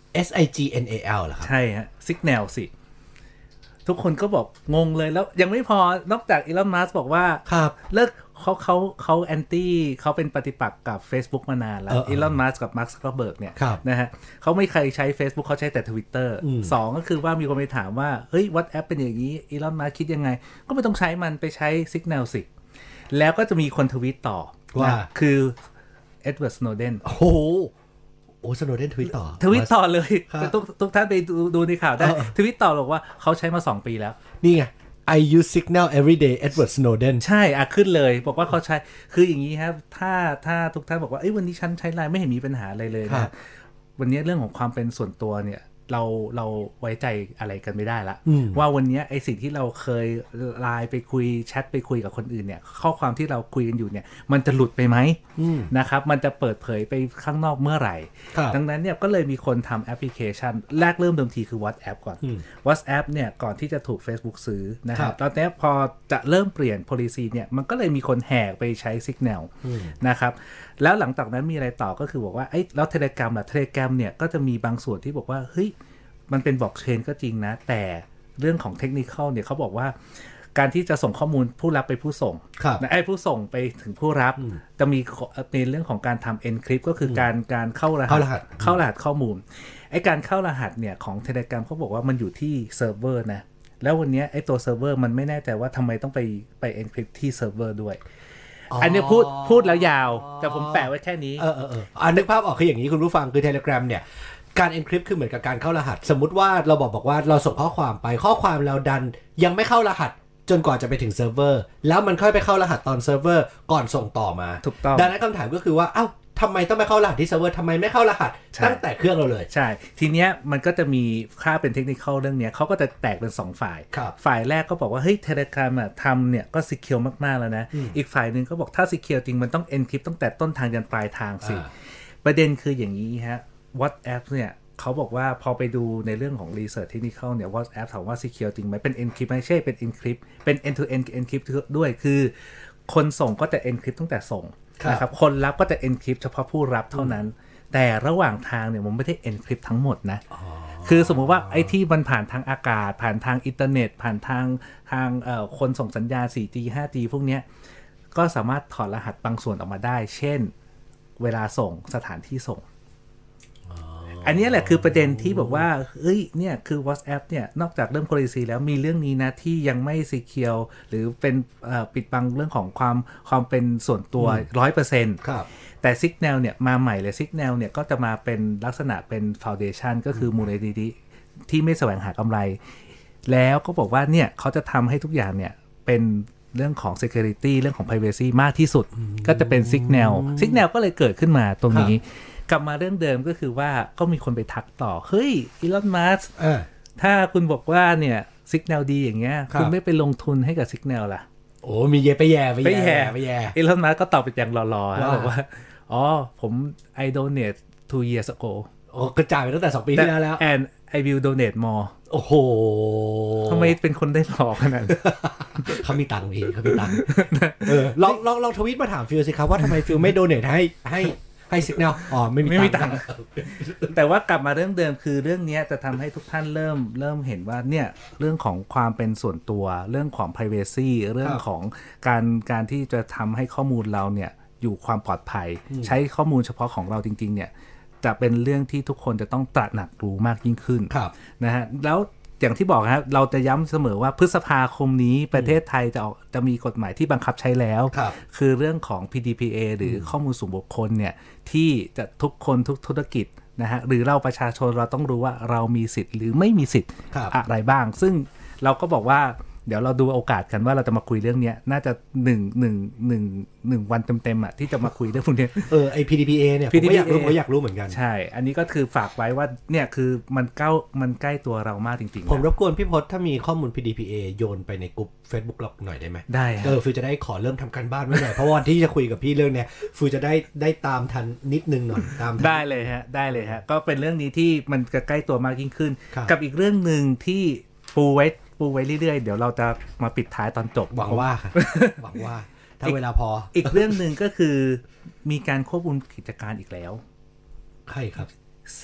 SIGNAL เหรอครับใช่ฮะ Signal สิทุกคนก็บอกงงเลยแล้วยังไม่พอนอกจากอีลอนมัสก์บอกว่าเลิกเขาแอนตี้เขาเป็นปฏิปักษ์กับ Facebook มานานแล้วอีลอนมัสก์กับมาร์ค ซักเคอร์เบิร์กเนี่ยนะฮะเขาไม่เคยใช้ Facebook เขาใช้แต่ Twitter 2ก็คือว่ามีคนไปถามว่าเฮ้ย WhatsApp เป็นอย่างนี้อีลอนมัสก์คิดยังไงก็ไม่ต้องใช้มันไปใช้ Signal สิแล้วก็จะมีคนทวีตต่อว่าคือเอ็ดเวิร์ด สโนเดนโอ้สโนเดนทวีตต่อเลยทุกท่านไปดูในข่าวได้ทวีตต่อบอกว่าเขาใช้มา2 ปีแล้วนี่ไงI use Signal every day Edward Snowden ใช่ขึ้นเลยบอกว่าเขาใช้คืออย่างนี้ครับถ้าทุกท่านบอกว่าวันนี้ฉันใช้ไลน์ไม่เห็นมีปัญหาอะไรเลยนะวันนี้เรื่องของความเป็นส่วนตัวเนี่ยเราไว้ใจอะไรกันไม่ได้ละว่าวันนี้ไอสิ่งที่เราเคยไลน์ไปคุยแชทไปคุยกับคนอื่นเนี่ยข้อความที่เราคุยกันอยู่เนี่ยมันจะหลุดไปไหมนะครับมันจะเปิดเผยไปข้างนอกเมื่อไหร่ดังนั้นเนี่ยก็เลยมีคนทำแอปพลิเคชันแรกเริ่มเดิมทีคือ WhatsApp ก่อน WhatsApp เนี่ยก่อนที่จะถูก Facebook ซื้อนะครับตอนนี้พอจะเริ่มเปลี่ยน policy เนี่ยมันก็เลยมีคนแห่ไปใช้ Signal นะครับแล้วหลังจากนั้นมีอะไรต่อก็คือบอกว่าแล้ว Telegram ล่ะ Telegram เนี่ยก็จะมีบางส่วนที่บอกว่าเฮ้ยมันเป็นบล็อกเชนก็จริงนะแต่เรื่องของเทคนิคเนี่ยเขาบอกว่าการที่จะส่งข้อมูลผู้รับไปผู้ส่งผู้ส่งไปถึงผู้รับจะมีในเรื่องของการทำ encrypt ก็คือการเข้ารหัสข้อมูลไอ้การเข้ารหัสเนี่ยของ Telegram เขาบอกว่ามันอยู่ที่เซิร์ฟเวอร์นะแล้ววันนี้ไอ้ตัวเซิร์ฟเวอร์มันไม่แน่ใจว่าทำไมต้องไป encrypt ที่เซิร์ฟเวอร์ด้วยอันนี้พูดแล้วยาวแต่ผมแปะไว้แค่นี้นึกภาพออกคืออย่างนี้คุณผู้ฟังคือ Telegram เนี่ยการ encrypt คือเหมือนกับการเข้ารหัสสมมุติว่าเราบอกว่าเราส่งข้อความไปข้อความเราดันยังไม่เข้ารหัสจนกว่าจะไปถึงเซิร์ฟเวอร์แล้วมันค่อยไปเข้ารหัสตอนเซิร์ฟเวอร์ก่อนส่งต่อมาถูกต้องดังนั้นคำถามก็คือว่าทำไมต้องไปเข้ารหัสที่เซิร์ฟเวอร์ทำไมไม่เข้ารหัสตั้งแต่เครื่องเราเลยใช่ทีเนี้ยมันก็จะมีค่าเป็นเทคนิคเรื่องเนี้ยเขาก็จะแตกเป็น2ฝ่ายแรกก็บอกว่าเฮ้ย Telegram ทำเนี่ยก็ secure มากๆแล้วนะอีกฝ่ายนึงก็บอกถ้า secure จริงมันต้อง encrypt ตั้งแต่ต้นทางยันปลายทางสิประเด็นคืออย่างนี้ฮะ WhatsApp เนี่ยเขาบอกว่าพอไปดูในเรื่องของ research technical เนี่ย WhatsApp ถามว่า secure จริงไหมเป็น encrypt ไม่ใช่เป็น encrypt เป็น end to end encrypt ด้วยคือคนส่งก็จะ encrypt ตั้งแต่ส่งนะครับคนรับก็จะ encrypt เฉพาะผู้รับเท่านั้นแต่ระหว่างทางเนี่ยมันไม่ได้ encrypt ทั้งหมดนะคือสมมุติว่าไอ้ที่มันผ่านทางอากาศผ่านทางอินเทอร์เน็ตผ่านทางคนส่งสัญญาณ 4G 5G พวกเนี้ยก็สามารถถอดรหัสบางส่วนออกมาได้เช่นเวลาส่งสถานที่ส่งอันนี้แหละคือประเด็นที่บอกว่าเอ้ยเนี่ยคือ WhatsApp เนี่ยนอกจากเรื่อง policy แล้วมีเรื่องนี้นะที่ยังไม่ secure หรือเป็นปิดบังเรื่องของความเป็นส่วนตัว 100% ครับแต่ Signal เนี่ยมาใหม่เลย Signal เนี่ยก็จะมาเป็นลักษณะเป็น foundation ก็คือมูลนิธิที่ไม่แสวงหากำไรแล้วก็บอกว่าเนี่ยเขาจะทำให้ทุกอย่างเนี่ยเป็นเรื่องของ security เรื่องของ privacy มากที่สุดก็จะเป็น Signal ก็เลยเกิดขึ้นมาตรงนี้กลับมาเรื่องเดิมก็คือว่าก็มีคนไปทักต่อเฮ้ยอีลอนมัสก์ถ้าคุณบอกว่าเนี่ย Signal ดีอย่างเงี้ยคุณไม่ไปลงทุนให้กับ Signal ล่ะโอ้มีเยอะไปแย่อีลอนมัสก์ก็ตอบไปอย่างหล่อๆบอกว่าผม I donate 2 years ago กระจายไปตั้งแต่2 ปีที่แล้ว and I will donate more โอ้โหทำไมเป็นคนได้หลอกขนาดเขามีตังค์พี่เขามีตังค์ลองทวีตมาถามฟิลสิครับว่าทำไมฟิลไม่โดเนทให้Signal ไม่มีตังค์แต่ว่ากลับมาเรื่องเดิมคือเรื่องนี้จะทำให้ทุกท่านเริ่มเห็นว่าเนี่ยเรื่องของความเป็นส่วนตัวเรื่องของ privacy เรื่องของการที่จะทำให้ข้อมูลเราเนี่ยอยู่ความปลอดภัยใช้ข้อมูลเฉพาะของเราจริงๆเนี่ยจะเป็นเรื่องที่ทุกคนจะต้องตระหนักรู้มากยิ่งขึ้นนะฮะแล้วอย่างที่บอกครับเราจะย้ำเสมอว่าพฤษภาคมนี้ประเทศไทยจะมีกฎหมายที่บังคับใช้แล้วคือเรื่องของ PDPA หรือข้อมูลส่วนบุคคลเนี่ยที่จะทุกคนทุกธุรกิจนะฮะหรือเราประชาชนเราต้องรู้ว่าเรามีสิทธิ์หรือไม่มีสิทธิ์อะไรบ้างซึ่งเราก็บอกว่าเดี๋ยวเราดูโอกาสกันว่าเราจะมาคุยเรื่องนี้น่าจะ1วันเต็มๆอ่ะที่จะมาคุยเรื่องพวกนี้ไอ PDPA เนี่ยผมก็อยากรู้เหมือนกันใช่อันนี้ก็คือฝากไว้ว่าเนี่ยคือมันใกล้ตัวเรามากจริงๆผมรบกวนพี่พจน์ถ้ามีข้อมูล PDPA โยนไปในกลุ่ม Facebook เราหน่อยได้ไหมได้ฟิวจะได้ขอเริ่มทำการบ้านไว้หน่อยเพราะวันที่จะคุยกับพี่เรื่องเนี้ยฟิวจะได้ตามทันนิดนึงหน่อยตามได้เลยฮะก็เป็นเรื่องนี้ที่มันจะใกล้ตัวมากยิ่งขึ้นกับอีกเรื่องนึงที่ปูไว้เรื่อยๆเดี๋ยวเราจะมาปิดท้ายตอนจบหวังว่าถ้าเวลาพออีกเรื่องนึงก็คือมีการควบคุมกิจการอีกแล้วใครครับ C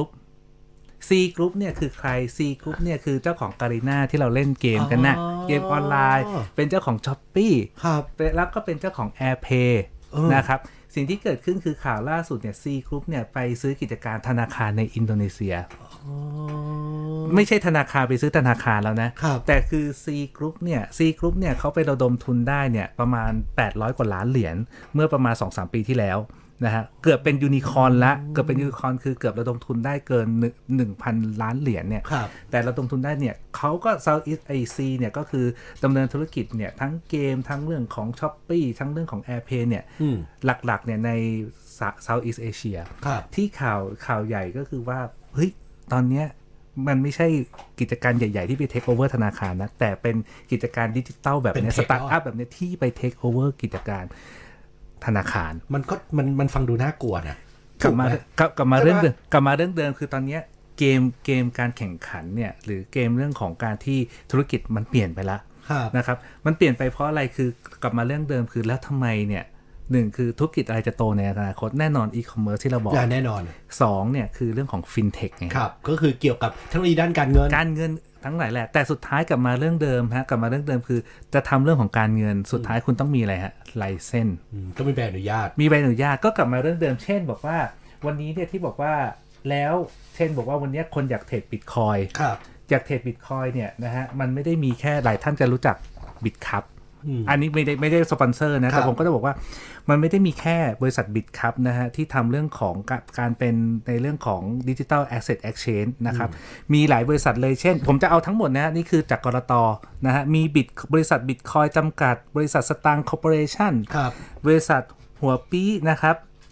Group เนี่ยคือใคร C Group เนี่ยคือเจ้าของการีน่าที่เราเล่นเกมกันนะเกมออนไลน์เป็นเจ้าของ Shopee ครับแล้วก็เป็นเจ้าของ AirPay นะครับสิ่งที่เกิดขึ้นคือข่าวล่าสุดเนี่ย C Group เนี่ยไปซื้อกิจการธนาคารในอินโดนีเซียไม่ใช่ธนาคารไปซื้อธนาคารแล้วนะแต่คือ C Group เนี่ยเขาไประดมทุนได้เนี่ยประมาณ800กว่าล้านเหรียญเมื่อประมาณ 2-3 ปีที่แล้วนะฮะเกือบเป็นยูนิคอร์นละเกือบเป็นยูนิคอร์นคือเกือบระดมทุนได้เกิน 1,000 ล้านเหรียญเนี่ยแต่ระดมทุนได้เนี่ยเขาก็ Southeast Asia เนี่ยก็คือดำเนินธุรกิจเนี่ยทั้งเกมทั้งเรื่องของ Shopee ทั้งเรื่องของ AirPay เนี่ยหลักๆเนี่ยใน Southeast Asia ที่ข่าวใหญ่ก็คือว่าเฮ้ยตอนเนี้ยมันไม่ใช่กิจการใหญ่ๆที่ไปเทคโอเวอร์ธนาคารนะแต่เป็นกิจการดิจิทัลแบบนี้สตาร์ทอัพแบบนี้ที่ไปเทคโอเวอร์กิจการธนาคารมันฟังดูน่ากลัวนะกลับมาเรื่องเดิมคือตอนนี้เกมการแข่งขันเนี่ยหรือเกมเรื่องของการที่ธุรกิจมันเปลี่ยนไปแล้วนะครับมันเปลี่ยนไปเพราะอะไรคือกลับมาเรื่องเดิมคือแล้วทำไมเนี่ยหนึ่งคือธุรกิจอะไรจะโตในอนาคตแน่นอนอีคอมเมิร์ซที่เราบอกแน่นอน 2เนี่ยคือเรื่องของฟินเทคไงครับก็คือเกี่ยวกับเทคโนโลยีด้านการเงินทั้งหลายแหละแต่สุดท้ายกลับมาเรื่องเดิมกลับมาเรื่องเดิมคือจะทำเรื่องของการเงินสุดท้ายคุณต้องมีอะไรฮะไลเซนส์ก็มีใบอนุญาตก็กลับมาเรื่องเดิมเช่นบอกว่าวันนี้เนี่ยที่บอกว่าแล้วเช่นบอกว่าวันนี้คนอยากเทรดบิตคอยน์อยากเทรดบิตคอยน์เนี่ยนะฮะมันไม่ได้มีแค่หลายท่านจะรู้จักบิตคัพอันนี้ไม่ได้สปอนเซอร์นะแต่ผมก็จะบอกว่ามันไม่ได้มีแค่บริษัทบิตคัพนะฮะที่ทำเรื่องของการเป็นในเรื่องของ Digital Asset Exchange นะครับมีหลายบริษัทเลยเช่นผมจะเอาทั้งหมดนะฮะนี่คือจากกรต.นะฮะมีบริษัทบิตคอยจำกัดบริษัทสตางค์คอร์ปอเรชั่นบริษัทหัวปี้นะครับ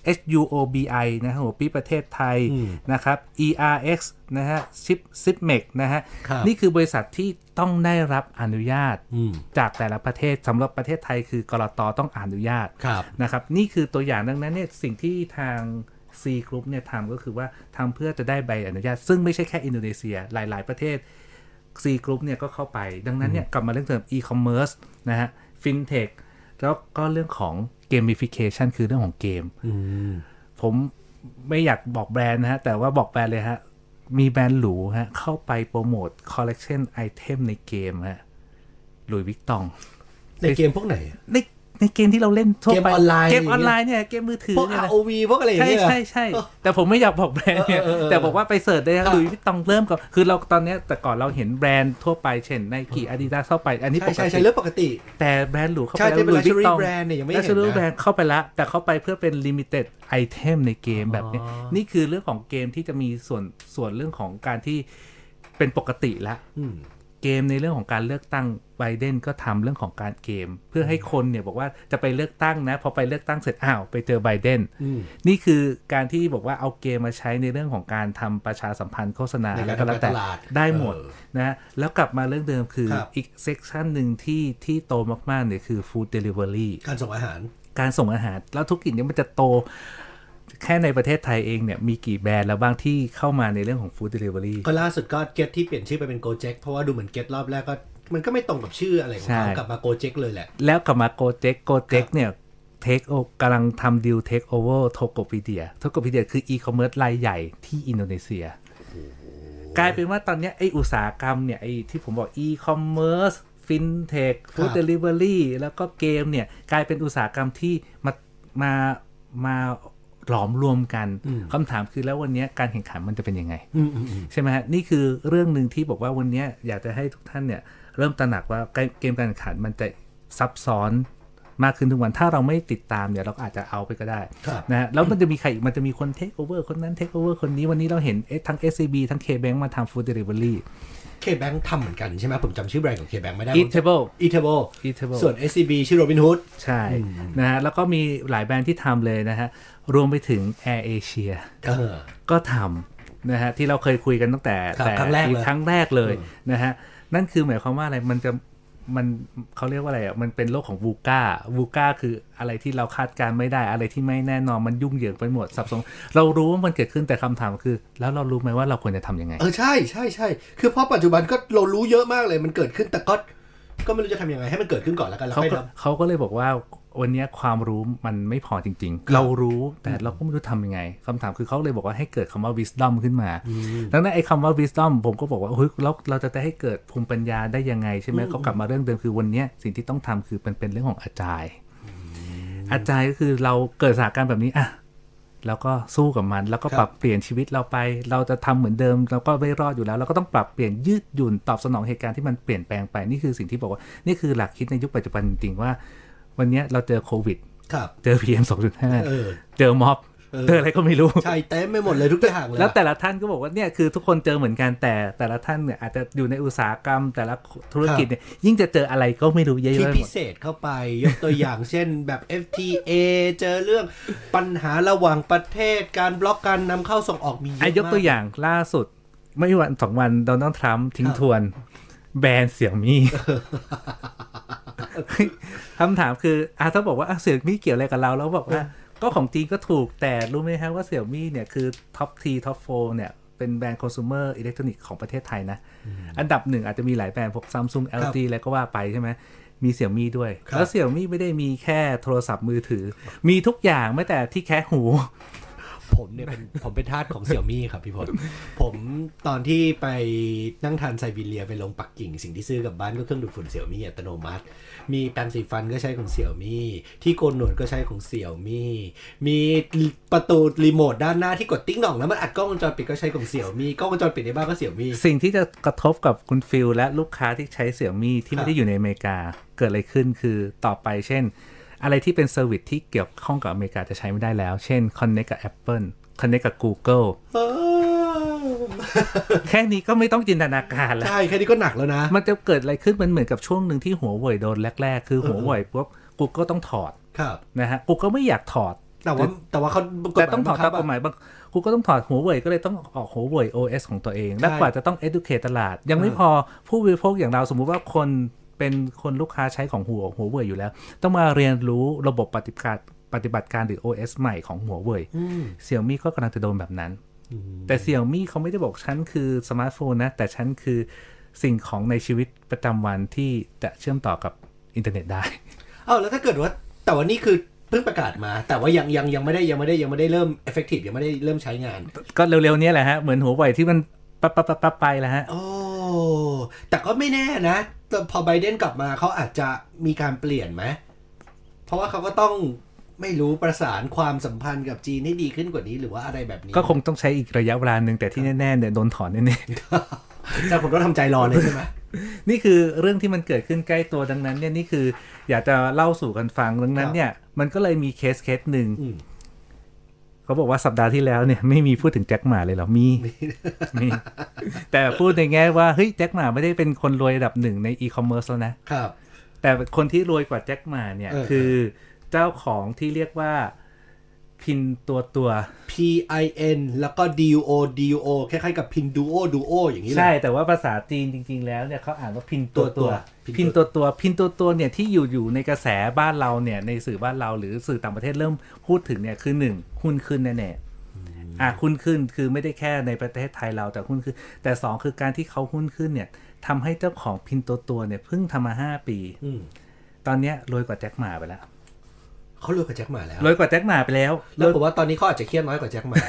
HUOBI นะหัวปี้ประเทศไทยนะครับ ERX นะฮะSipmex นะฮะนี่คือบริษัทที่ต้องได้รับอนุญาตจากแต่ละประเทศสำหรับประเทศไทยคือกลต.ต้องอนุญาตนะครับนี่คือตัวอย่างดังนั้นเนี่ยสิ่งที่ทาง C Group เนี่ยทำก็คือว่าทำเพื่อจะได้ใบอนุญาตซึ่งไม่ใช่แค่อินโดนีเซียหลายๆประเทศ C Group เนี่ยก็เข้าไปดังนั้นเนี่ยกลับมาเรื่องเดิม e-commerce นะฮะ fintech แล้วก็เรื่องของ gamification คือเรื่องของเกมผมไม่อยากบอกแบรนด์นะฮะแต่ว่าบอกแบรนด์เลยฮะมีแบรนด์หรูฮะเข้าไปโปรโมทคอลเลกชันไอเทมในเกมฮะหลุยส์วิกตองในเกมพวกไหนในเกมที่เราเล่นทั่วไปเกมออนไลน์เนี่ยเกมมือถือพวก ROV พวกอะไรอย่างเงี้ยใช่แต่ผมไม่อยากบอกแบรนด์เนี่ยแต่บอกว่าไปเสิร์ชได้หลุยส์วิกตองเริ่มกับคือเราตอนนี้แต่ก่อนเราเห็นแบรนด์ทั่วไปเช่น Nike Adidas เข้าไปอันนี้ปกติใช่เรื่องปกติแต่แบรนด์หรูเข้าไปแล้วหลุยส์วิกตองแบรนด์เนี่ยยังไม่เห็นนะ Luxury Brand เข้าไปละแต่เข้าไปเพื่อเป็น Limited Item ในเกมแบบนี้นี่คือเรื่องของเกมที่จะมีส่วนเรื่องของการที่เป็นปกติละเกมในเรื่องของการเลือกตั้งไบเดนก็ทำเรื่องของการเกมเพื่อให้คนเนี่ยบอกว่าจะไปเลือกตั้งนะพอไปเลือกตั้งเสร็จไปเจอไบเดนนี่คือการที่บอกว่าเอาเกมมาใช้ในเรื่องของการทำประชาสัมพันธ์โฆษณาแล้วก็แล้วแต่ได้หมดนะแล้วกลับมาเรื่องเดิมคืออีกเซกชันหนึ่งที่โตมากๆเนี่ยคือ Food Delivery การส่งอาหารแล้วธุรกิจนี้มันจะโตแค่ในประเทศไทยเองเนี่ยมีกี่แบรนด์แล้วบ้างที่เข้ามาในเรื่องของ Food Delivery ก็ล่าสุดก็ Get ที่เปลี่ยนชื่อไปเป็น Gojek เพราะว่าดูเหมือน Get รอบแรกก็มันก็ไม่ตรงกับชื่ออะไรของเขากลับมา Gojek เลยแหละแล้วกลับมา Gojek เนี่ยกำลังทำดีล Take Over Tokopedia คือ e-commerce รายใหญ่ที่อินโดนีเซียกลายเป็นว่าตอนนี้ไอ้อุตสาหกรรมเนี่ยไอ้ที่ผมบอก e-commerce fintech food delivery แล้วก็เกมเนี่ยกลายเป็นอุตสาหกรรมที่มาหลอมรวมกันคำถามคือแล้ววันนี้การแข่งขันมันจะเป็นยังไงใช่ไหมฮะนี่คือเรื่องนึงที่บอกว่าวันนี้อยากจะให้ทุกท่านเนี่ยเริ่มตระหนักว่าเกมการแข่งขันมันจะซับซ้อนมากขึ้นทุกวันถ้าเราไม่ติดตามเนี่ยเราก็อาจจะเอาไปก็ได้นะฮะแล้วมันจะมีใครอีกมันจะมีคนเทคโอเวอร์คนนั้นเทคโอเวอร์คนนี้วันนี้เราเห็นทั้ง SCB ทั้ง KBank มาทำ Food Delivery KBank ทำเหมือนกันใช่ไหมผมจำชื่อแบรนด์ของ KBank ไม่ได้ Eatable ส่วน SCB ชื่อ Robinhood ใช่นะฮะแล้วก็มีหลายแบรนด์ที่ทำเลยนะฮะรวมไปถึง Air Asia ก็ทำนะฮะที่เราเคยคุยกันตั้งแต่ครั้งแรกเลยนะฮะนั่นคือหมายความว่าอะไรมันเขาเรียกว่าอะไรอ่ะมันเป็นโลกของVUCAคืออะไรที่เราคาดการไม่ได้อะไรที่ไม่แน่นอนมันยุ่งเหยิงไปหมดสับสนเรารู้ว่ามันเกิดขึ้นแต่คำถามคือแล้วเรารู้ไหมว่าเราควรจะทำยังไงใช่คือเพราะปัจจุบันก็เรารู้เยอะมากเลยมันเกิดขึ้นแต่ก็ไม่รู้จะทำยังไงให้มันเกิดขึ้นก่อนแล้วกันแล้วค่อยทำเขาก็เลยบอกว่าวันนี้ความรู้มันไม่พอจริงๆเรารู้แต่เราก็ไม่รู้ทำยังไงคำถามคือเขาเลยบอกว่าให้เกิดคำว่า wisdom ขึ้นมาดังนั้นไอ้คำว่า wisdom ผมก็บอกว่าเฮ้ยแล้วเราจะได้ให้เกิดภูมิปัญญาได้ยังไงใช่ไหมเขากลับมาเรื่องเดิมคือวันนี้สิ่งที่ต้องทำคือเป็นเรื่องของอาจารย์ก็คือเราเกิดสถานการณ์แบบนี้อ่ะแล้วก็สู้กับมันแล้วก็ปรับเปลี่ยนชีวิตเราไปเราจะทำเหมือนเดิมเราก็ไม่รอดอยู่แล้วเราก็ต้องปรับเปลี่ยนยืดหยุ่นตอบสนองเหตุการณ์ที่มันเปลี่ยนแปลงไปนี่คือสิ่งที่บอกว่านี่คือหลักคิดในยุคปัจจุบันจริงๆว่าวันนี้เราเจอโควิดเจอ PM 2.5 เจอม็อบเจออะไรก็ไม่รู้ใช่เต็มไปหมดเลยทุกอย่างเลยแล้วแต่ละท่านก็บอกว่าเนี่ยคือทุกคนเจอเหมือนกันแต่ละท่านเนี่ยอาจจะอยู่ในอุตสาหกรรมแต่ละธุรกิจเนี่ยยิ่งจะเจออะไรก็ไม่รู้เยอะๆที่พิเศษเข้าไปยกตัวอย่างเช่นแบบ FTA เจอเรื่องปัญหาระหว่างประเทศการบล็อกการนำเข้าส่งออกมีเยอะมากยกตัวอย่างล่าสุดไม่วัน2 วันโดนัลด์ทรัมป์ทิ้งทวนแบนเสี่ยมี่คำถามคือถ้าบอกว่าเสี่ยมี่เกี่ยวอะไรกับเราแล้วบอกว่าก็ของจีนก็ถูกแต่รู้ไหมครับว่าเสี่ยมี่เนี่ยคือท็อป3ท็อป4เนี่ยเป็นแบรนด์คอน sumer อิเล็กทรอนิกส์ของประเทศไทยนะอันดับ1อาจจะมีหลายแบรนด์พวก Samsung LG อะไรก็ว่าไปใช่ไหมมีเสี่ยมี่ด้วยแล้วเสี่ยมี่ไม่ได้มีแค่โทรศัพท์มือถือมีทุกอย่างแม้แต่ที่แคะหูผมเนี่ยผมเป็นทาสของเสี่ยมี่ครับพี่พลผมตอนที่ไปนั่งทานไซบีเรียไปลงปักกิ่งสิ่งที่ซื้อกลับบ้านก็เครื่องดูดฝุ่นเสี่ยมี่อัตโนมัติมีแปรงสีฟันก็ใช้ของเสี่ยมี่ที่โกนหนวดก็ใช้ของเสี่ยมี่มีประตูรีโมทด้านหน้าที่กดติ๊งหน่องแล้วมันอัดกล้องวงจรปิดก็ใช้ของเสี่ยมี่กล้องวงจรปิดในบ้านก็เสี่ยมี่สิ่งที่จะกระทบกับคุณฟิลและลูกค้าที่ใช้เสี่ยมี่ที่ไม่ได้อยู่ในอเมริกาเกิดอะไรขึ้นคือต่อไปเช่นอะไรที่เป็นเซอร์วิสที่เกี่ยวข้องกับอเมริกาจะใช้ไม่ได้แล้วเช่น Connect กับ Apple Connect กับ Google แค่นี้ก็ไม่ต้องจินตนาการแล้วใช่แค่นี้ก็หนักแล้วนะมันจะเกิดอะไรขึ้นมันเหมือนกับช่วงหนึ่งที่หัวเว่ยโดนแรกๆคือหัวเว่ยปุ๊บ Google ต้องถอดนะฮะ Google ไม่อยากถอดแต่ว่าเขาแต่ต้องถอดตามกฎหมายบางGoogle ต้องถอดหัวเว่ยก็เลยต้องออกหัวเว่ย OS ของตัวเองและกว่าจะต้อง educate ตลาดยังไม่พอผู้บริโภคอย่างเราสมมุติว่าเป็นคนลูกค้าใช้ของหัวเว่ยอยู่แล้วต้องมาเรียนรู้ระบบปฏิบัติการหรือ OS ใหม่ของหัวเว่ยเสี่ยมี่ก็กำลังจะโดนแบบนั้นแต่เสี่ยมี่เขาไม่ได้บอกฉันคือสมาร์ทโฟนนะแต่ฉันคือสิ่งของในชีวิตประจำวันที่จะเชื่อมต่อกับอินเทอร์เน็ตได้แล้วถ้าเกิดว่าแต่ว่านี่คือเพิ่งประกาศมาแต่ว่ายังไม่ได้เริ่ม effective ยังไม่ได้เริ่มใช้งานก็เร็วๆนี้แหละฮะเหมือนหัวเว่ยที่มันปั๊บไปแล้วฮะแต่ก็ไม่แน่นะพอไบเดนกลับมาเขาอาจจะมีการเปลี่ยนไหมเพราะว่าเขาก็ต้องไม่รู้ประสานความสัมพันธ์กับจีนให้ดีขึ้นกว่านี้หรือว่าอะไรแบบนี้ก็คงต้องใช้อีกระยะเวลานึงแต่ที่แน่ๆเนี่ยโดนถอนแน่ๆแต่ผมก็ทำใจรอเลยใช่ไหมนี่คือเรื่องที่มันเกิดขึ้นใกล้ตัวดังนั้นเนี่ยนี่คืออยากจะเล่าสู่กันฟังดังนั้นเนี่ยมันก็เลยมีเคสหนึ่งเขาบอกว่าสัปดาห์ที่แล้วเนี่ยไม่มีพูดถึงแจ็คหม่าเลยเหรอมี แต่พูดในแง่ว่าเฮ้ยแจ็คหม่าไม่ได้เป็นคนรวยระดับหนึ่งในอีคอมเมิร์ซแล้วนะครับแต่คนที่รวยกว่าแจ็คหม่าเนี่ยคือเจ้าของที่เรียกว่าพินตัว PIN แล้วก็ DUO คล้ายๆกับพินดูโออย่างนี้เลยใช่แต่ว่าภาษาจีนจริงๆแล้วเนี่ยเขาอ่านว่าพินตัวพินตัวเนี่ยที่อยู่ในกระแสบ้านเราเนี่ยในสื่อบ้านเราหรือสื่อต่างประเทศเริ่มพูดถึงเนี่ยคือ1หุ้นขึ้นแน่ๆหุ้นขึ้นคือไม่ได้แค่ในประเทศไทยเราแต่หุ้นขึ้นแต่2คือการที่เขาหุ้นขึ้นเนี่ยทำให้เจ้าของพินตัวเนี่ยเพิ่งทำมา5 ปีตอนนี้รวยกว่าแจ็คหม่าไปแล้วเขารวยกว่าแจ็คหม่าแล้วรวยกว่าแจ็คหม่าไปแล้วแล้วผมว่าตอนนี้เขาอาจจะเครียดน้อยกว่าแจ็คหม่า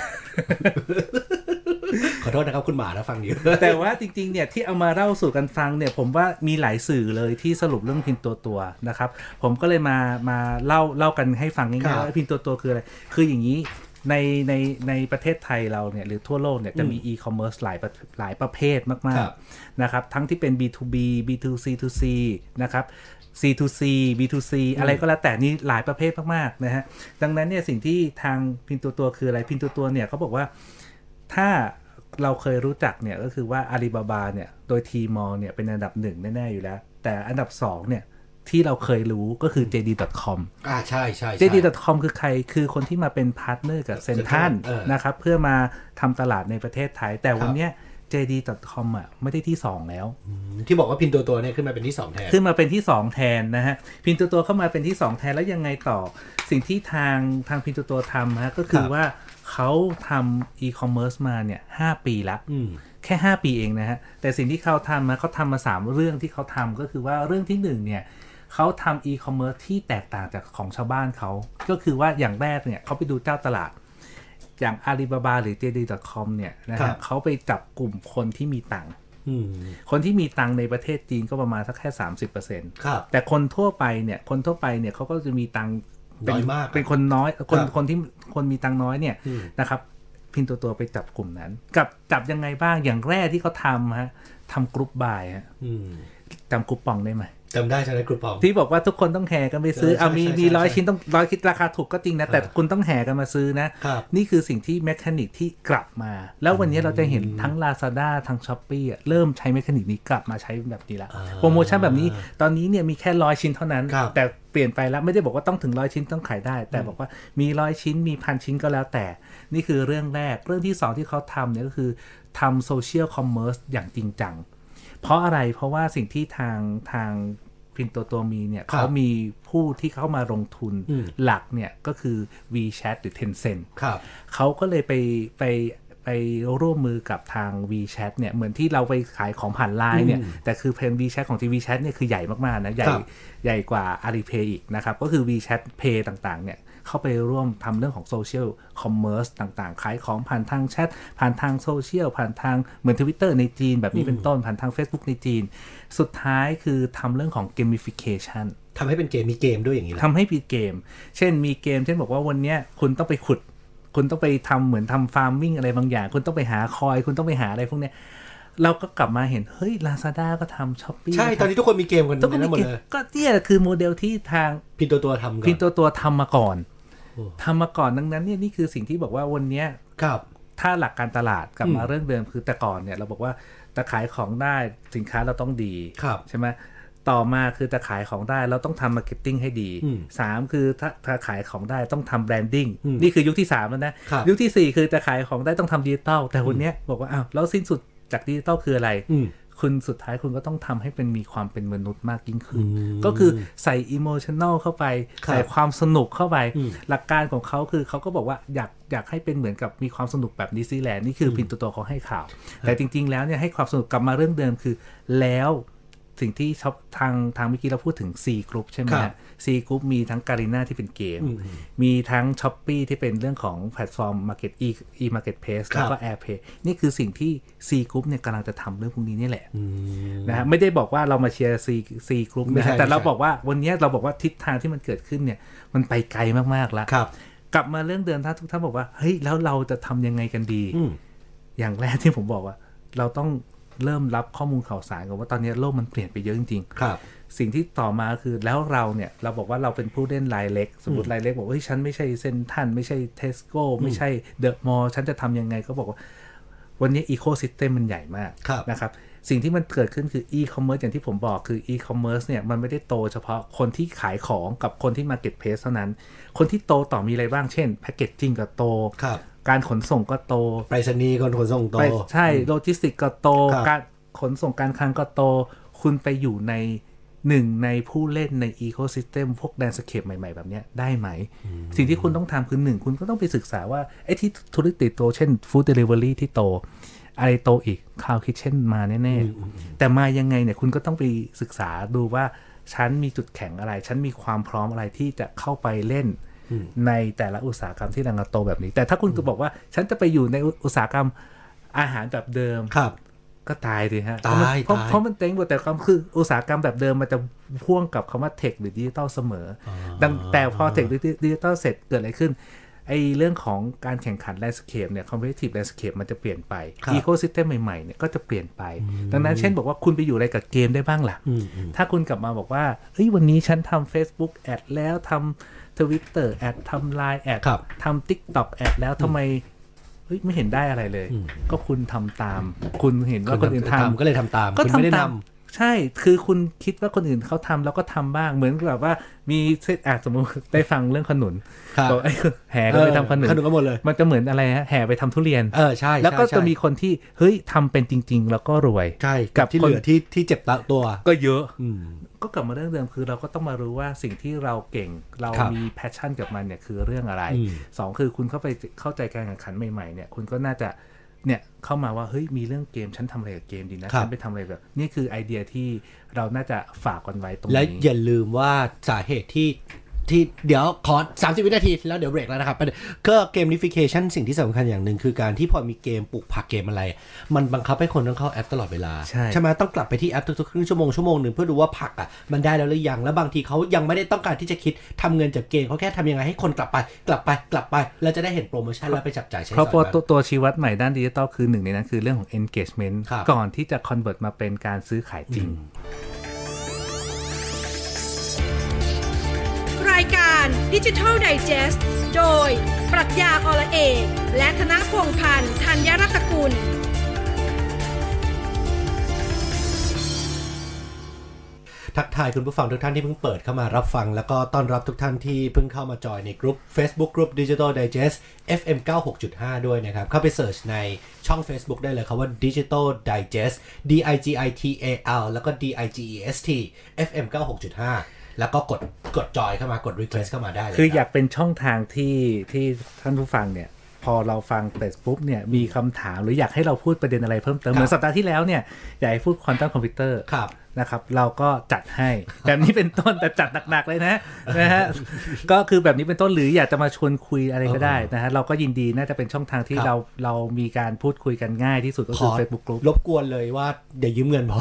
ขอโทษนะครับคุณหมานะฟังอยู่แต่ว่าจริงๆเนี่ยที่เอามาเล่าสู่กันฟังเนี่ยผมว่ามีหลายสื่อเลยที่สรุปเรื่องพินตัวนะครับผมก็เลยมาเล่ากันให้ฟังง่ายๆว่าพินตัวคืออะไรคืออย่างนี้ในประเทศไทยเราเนี่ยหรือทั่วโลกเนี่ยจะมีอีคอมเมิร์ซหลายประเภทมากๆนะครับทั้งที่เป็น B2B B2C2C นะครับ C2C B2C อะไรก็แล้วแต่นี่หลายประเภทมากๆนะฮะดังนั้นเนี่ยสิ่งที่ทางพินตัวคืออะไรพินตัวเนี่ยเขาบอกว่าถ้าเราเคยรู้จักเนี่ยก็คือว่าอาลีบาบาเนี่ยโดย Tmall เนี่ยเป็นอันดับ1แน่ๆอยู่แล้วแต่อันดับ2เนี่ยที่เราเคยรู้ก็คือ JD.com ใช่ใช่ JD.com คือใครคือคนที่มาเป็นพาร์ทเนอร์กับเซ็นทรัลนะครับเพื่อมาทำตลาดในประเทศไทยแต่วันเนี้ย JD.com อ่ะไม่ได้ที่2แล้วที่บอกว่าพินตัวเนี่ยขึ้นมาเป็นที่2แทนขึ้นมาเป็นที่2แทนนะฮะพินตัวเข้ามาเป็นที่2แทนแล้วยังไงต่อสิ่งที่ทางพินตัวทำฮะก็คือว่าเขาทำอีคอมเมิร์ซมาเนี่ย5 ปีละแค่5 ปีเองนะฮะแต่สิ่งที่เขาทำนะเขาทำมา3เรื่องที่เขาทำก็คือว่าเรื่องที่1เนี่ยเขาทำอีคอมเมิร์ซที่แตกต่างจากของชาวบ้านเขาก็คือว่าอย่างแรกเนี่ยเขาไปดูเจ้าตลาดอย่าง Alibaba หรือ JD.com เนี่ยนะฮะเขาไปจับกลุ่มคนที่มีตังค์คนที่มีตังค์ในประเทศจีนก็ประมาณสักแค่ 30% แต่คนทั่วไปเนี่ยเขาก็จะมีตังค์เป็นคนน้อยคนที่คนมีตังค์น้อยเนี่ยนะครับพินตัวไปจับกลุ่มนั้นกับจับยังไงบ้างอย่างแรกที่เขาทำฮะทำกรุ๊ปบายฮะจำคูปองได้ไหมจำได้ใช่ไหมกรุ๊ปปองที่บอกว่าทุกคนต้องแห่กันไปซื้อมี100 ชิ้นต้อง100 ชิ้นราคาถูกก็จริงนะแต่คุณต้องแห่กันมาซื้อนะนี่คือสิ่งที่เมคานิกที่กลับมาแล้ววันนี้เราจะเห็นทั้ง Lazada ทั้ง Shopee เริ่มใช้เมคานิกนี้กลับมาใช้แบบนี้ละโปรโมชั่นแบบนี้ตอนนี้เนี่ยมีแค่100 ชิ้นเท่านั้นแต่เปลี่ยนไปแล้วไม่ได้บอกว่าต้องถึง100 ชิ้นต้องขายได้แต่บอกว่ามี100 ชิ้นมี1,000 ชิ้นก็แล้วแต่นี่คือเรื่องแรกเรื่องที่2ที่เขาทำเนี่ยก็คือทำโซเชียลคอมเมอร์สอย่างจริงจังเพราะอะไรเพราะว่าสิ่งที่ทางพินตัวมีเนี่ยเขามีผู้ที่เข้ามาลงทุนหลักเนี่ยก็คือ WeChat หรือ Tencent เขาก็เลยไปร่วมมือกับทาง WeChat เนี่ยเหมือนที่เราไปขายของผ่านไลน์เนี่ยแต่คือเพน WeChat ของที่ WeChat เนี่ยคือใหญ่มากๆนะใหญ่กว่า Alipay อีกนะครับก็คือ WeChat Pay ต่างๆเนี่ยเข้าไปร่วมทำเรื่องของโซเชียลคอมเมอร์สต่างๆขายของผ่านทางแชทผ่านทางโซเชียลผ่านทางเหมือน Twitter ในจีนแบบนี้เป็นต้นผ่านทาง Facebook ในจีนสุดท้ายคือทำเรื่องของ gamification ทำให้เป็นเกมมีเกมด้วยอย่างนี้ทำให้มีเกมเช่นมีเกมเช่นบอกว่าวันนี้คุณต้องไปขุดคุณต้องไปทำเหมือนทำฟาร์มมิ่งอะไรบางอย่างคุณต้องไปหาคอยคุณต้องไปหาอะไรพวกนี้เราก็กลับมาเห็นเฮ้ย Lazada ก็ทำ Shopee ใช่ตอนนี้ทุกคนมีเกมกันหมดเลยก็เนี่ยคือโมเดลที่ทางพินตัวทำก่อนพินตัวทำมาก่อนดังนั้นเนี่ยนี่คือสิ่งที่บอกว่าวันนี้ถ้าหลักการตลาดกลับมาเรื่องเดิมคือแต่ก่อนเนี่ยเราบอกว่าจะขายของได้สินค้าเราต้องดีใช่ไหมต่อมาคือจะขายของได้เราต้องทำมาร์เก็ตติ้งให้ดี3คือถ้าขายของได้ต้องทำแบรนดิ้งนี่คือยุคที่3แล้วนะยุคที่4คือจะขายของได้ต้องทำดิจิตอลแต่วันนี้บอกว่าอ้าวแล้วสิ้นสุดจากดิจิตอลคืออะไรคุณสุดท้ายคุณก็ต้องทำให้เป็นมีความเป็นมนุษย์มากยิ่งขึ้นก็คือใส่อิโมชันแนลเข้าไปใส่ความสนุกเข้าไปหลักการของเขาคือเขาก็บอกว่าอยากให้เป็นเหมือนกับมีความสนุกแบบดิสนีย์แลนด์นี่คือพินตัวเขาให้ข่าวแต่จริงๆแล้วเนี่ยให้ความสนุกกลับมาเรื่องเดิมคือแล้วสิ่งที่ทางเมื่อกี้เราพูดถึง C Group ใช่ไหมฮะ C Group มีทั้ง Garena ที่เป็นเกมมีทั้ง Shopee ที่เป็นเรื่องของแพลตฟอร์ม Market e-Marketplace แล้วก็ AirPay นี่คือสิ่งที่ C Group เนี่ยกำลังจะทำเรื่องพวกนี้นี่แหละนะฮะไม่ได้บอกว่าเรามาเชียร์ C Group นะแต่เราบอกว่าวันนี้เราบอกว่าทิศทางที่มันเกิดขึ้นเนี่ยมันไปไกลมากๆแล้วกลับมาเรื่องเดิมถ้าทุกท่านบอกว่าเฮ้ยแล้วเราจะทำยังไงกันดีอย่างแรกที่ผมบอกว่าเราต้องเริ่มรับข้อมูลข่าวสารกันว่าตอนนี้โลกมันเปลี่ยนไปเยอะจริงๆสิ่งที่ต่อมาคือแล้วเราเนี่ยเราบอกว่าเราเป็นผู้เล่นรายเล็กสมมติรายเล็กบอกว่าเฮ้ยฉันไม่ใช่เซ็นทรัลไม่ใช่เทสโก้ไม่ใช่เดอะมอลล์ฉันจะทำยังไงก็บอกว่าวันนี้อีโคซิสเต็มมันใหญ่มากนะครับสิ่งที่มันเกิดขึ้นคืออีคอมเมิร์ซอย่างที่ผมบอกคืออีคอมเมิร์ซเนี่ยมันไม่ได้โตเฉพาะคนที่ขายของกับคนที่มาร์เก็ตเพลสเท่านั้นคนที่โตต่อมีอะไรบ้างเช่นแพคเกจจิ้งก็โตการขนส่งก็โตไปรษณีย์ขนส่งโตใช่โลจิสติกก็โตการขนส่งการคลังก็โตคุณไปอยู่ในหนึ่งในผู้เล่นในอีโคซิสเต็มพวกแดนสเคปใหม่ๆแบบนี้ได้ไหมสิ่งที่คุณต้องทำคือ1คุณก็ต้องไปศึกษาว่าไอ้ที่ธุรกิจโตเช่นฟู้ดเดลิเวอรี่ที่โตอะไรโตอีกคลาวด์คิทเช่นมาแน่ๆแต่มายังไงเนี่ยคุณก็ต้องไปศึกษาดูว่าฉันมีจุดแข็งอะไรฉันมีความพร้อมอะไรที่จะเข้าไปเล่นในแต่ละอุตสาหกรรมที่กำลังโตแบบนี้แต่ถ้าคุณก็บอกว่าฉันจะไปอยู่ในอุตสาหกรรมอาหารแบบเดิมก็ตายสิฮะเพราะมันเต็งหมดแต่ความคืออุตสาหกรรมแบบเดิมมันจะพ่วงกับคำว่าเทคหรือดิจิตอลเสมอแต่พอเทคหรือดิจิตอลเสร็จเกิดอะไรขึ้นไอ้เรื่องของการแข่งขันแลนด์สเคปเนี่ยคอมเพทิทีฟแลนด์สเคปมันจะเปลี่ยนไปอีโคซิสเต็มใหม่ๆเนี่ยก็จะเปลี่ยนไปดังนั้นเช่นบอกว่าคุณไปอยู่อะไรกับเกมได้บ้างล่ะถ้าคุณกลับมาบอกว่าเฮ้ยวันนี้ฉันทำ Facebook แอดแล้วทำ Twitter แอดทำ Line แอดทำ TikTok แอดแล้วทำไมไม่เห็นได้อะไรเลยก็คุณทำตามคุณเห็นว่าคนอื่นทำก็เลยทำตามคุณไม่ได้นำใช่คือคุณคิดว่าคนอื่นเขาทำแล้วก็ทำบ้างเหมือนแบบว่ามีสมมติได้ฟังเรื่องขนุนบอกแห่ก็ไปทำขนุนก็หมดเลยมันจะเหมือนอะไรฮะแห่ไปทำทุเรียนใช่แล้วก็จะมีคนที่เฮ้ยทำเป็นจริงๆแล้วก็รวยใช่กับที่เหลือที่เจ็บตัวก็เยอะก็กลับมาเรื่องเดิมคือเราก็ต้องมารู้ว่าสิ่งที่เราเก่งเรามีแพชชั่นกับมันเนี่ยคือเรื่องอะไร2คือคุณเข้าใจการแข่งขันใหม่ๆเนี่ยคุณก็น่าจะเนี่ยเข้ามาว่าเฮ้ยมีเรื่องเกมฉันทำอะไรกับเกมดีนะฉันไปทำอะไรแบบนี่คือไอเดียที่เราน่าจะฝากกันไว้ตรงนี้และอย่าลืมว่าสาเหตุที่เดี๋ยวขอ30วินาทีแล้วเดี๋ยวเบรกแล้วนะครับก็เกมนิฟิเคชันสิ่งที่สำคัญอย่างหนึ่งคือการที่พอมีเกมปลูกผักเกมอะไรมันบังคับให้คนต้องเข้าแอปตลอดเวลาใช่ไหมต้องกลับไปที่แอปทุกๆครึ่งชั่วโมงนึงเพื่อดูว่าผักอ่ะมันได้แล้วหรือยังแล้วบางทีเขายังไม่ได้ต้องการที่จะคิดทำเงินจากเกมเขาแค่ทำยังไงให้คนกลับไปแล้วจะได้เห็นโปรโมชั่นแล้วไปจับจ่ายใช้สอยเพราะตัวชี้วัดใหม่ด้านดิจิตอลคือหนึ่งในนั้นคือเรื่องของ engagement ก่อนที่จะ convert มาเป็นการซื้อขายจริงรายการ Digital Digest โดยปรัชญาอรเอกและธนพงษ์พันธ์ธัญรัตนกุลทักทายคุณผู้ฟังทุกท่านที่เพิ่งเปิดเข้ามารับฟังแล้วก็ต้อนรับทุกท่านที่เพิ่งเข้ามาจอยในกลุ่ม Facebook Group Digital Digest FM 96.5 ด้วยนะครับเข้าไปเสิร์ชในช่อง Facebook ได้เลยครับว่า Digital Digest DIGITAL แล้วก็ DIGEST FM 96.5แล้วก็กดจอยเข้ามากด request เข้ามาได้เลยคืออยากเป็นช่องทางที่ท่านผู้ฟังเนี่ยพอเราฟังเสร็จปุ๊บเนี่ยมีคำถามหรืออยากให้เราพูดประเด็นอะไรเพิ่มเติมเหมือนสัปดาห์ที่แล้วเนี่ยอยากให้พูดควอนตัมคอมพิวเตอร์นะครับเราก็จัดให้แบบนี้เป็นต้นแต่จัดหนักๆเลยนะฮะก็คือแบบนี้เป็นต้นหรืออยากจะมาชวนคุยอะไรก็ได้นะฮะเราก็ยินดีน่าจะเป็นช่องทางที่เรามีการพูดคุยกันง่ายที่สุดก็คือ Facebook Group รบกวนเลยว่าเดี๋ยวยืมเงินพอ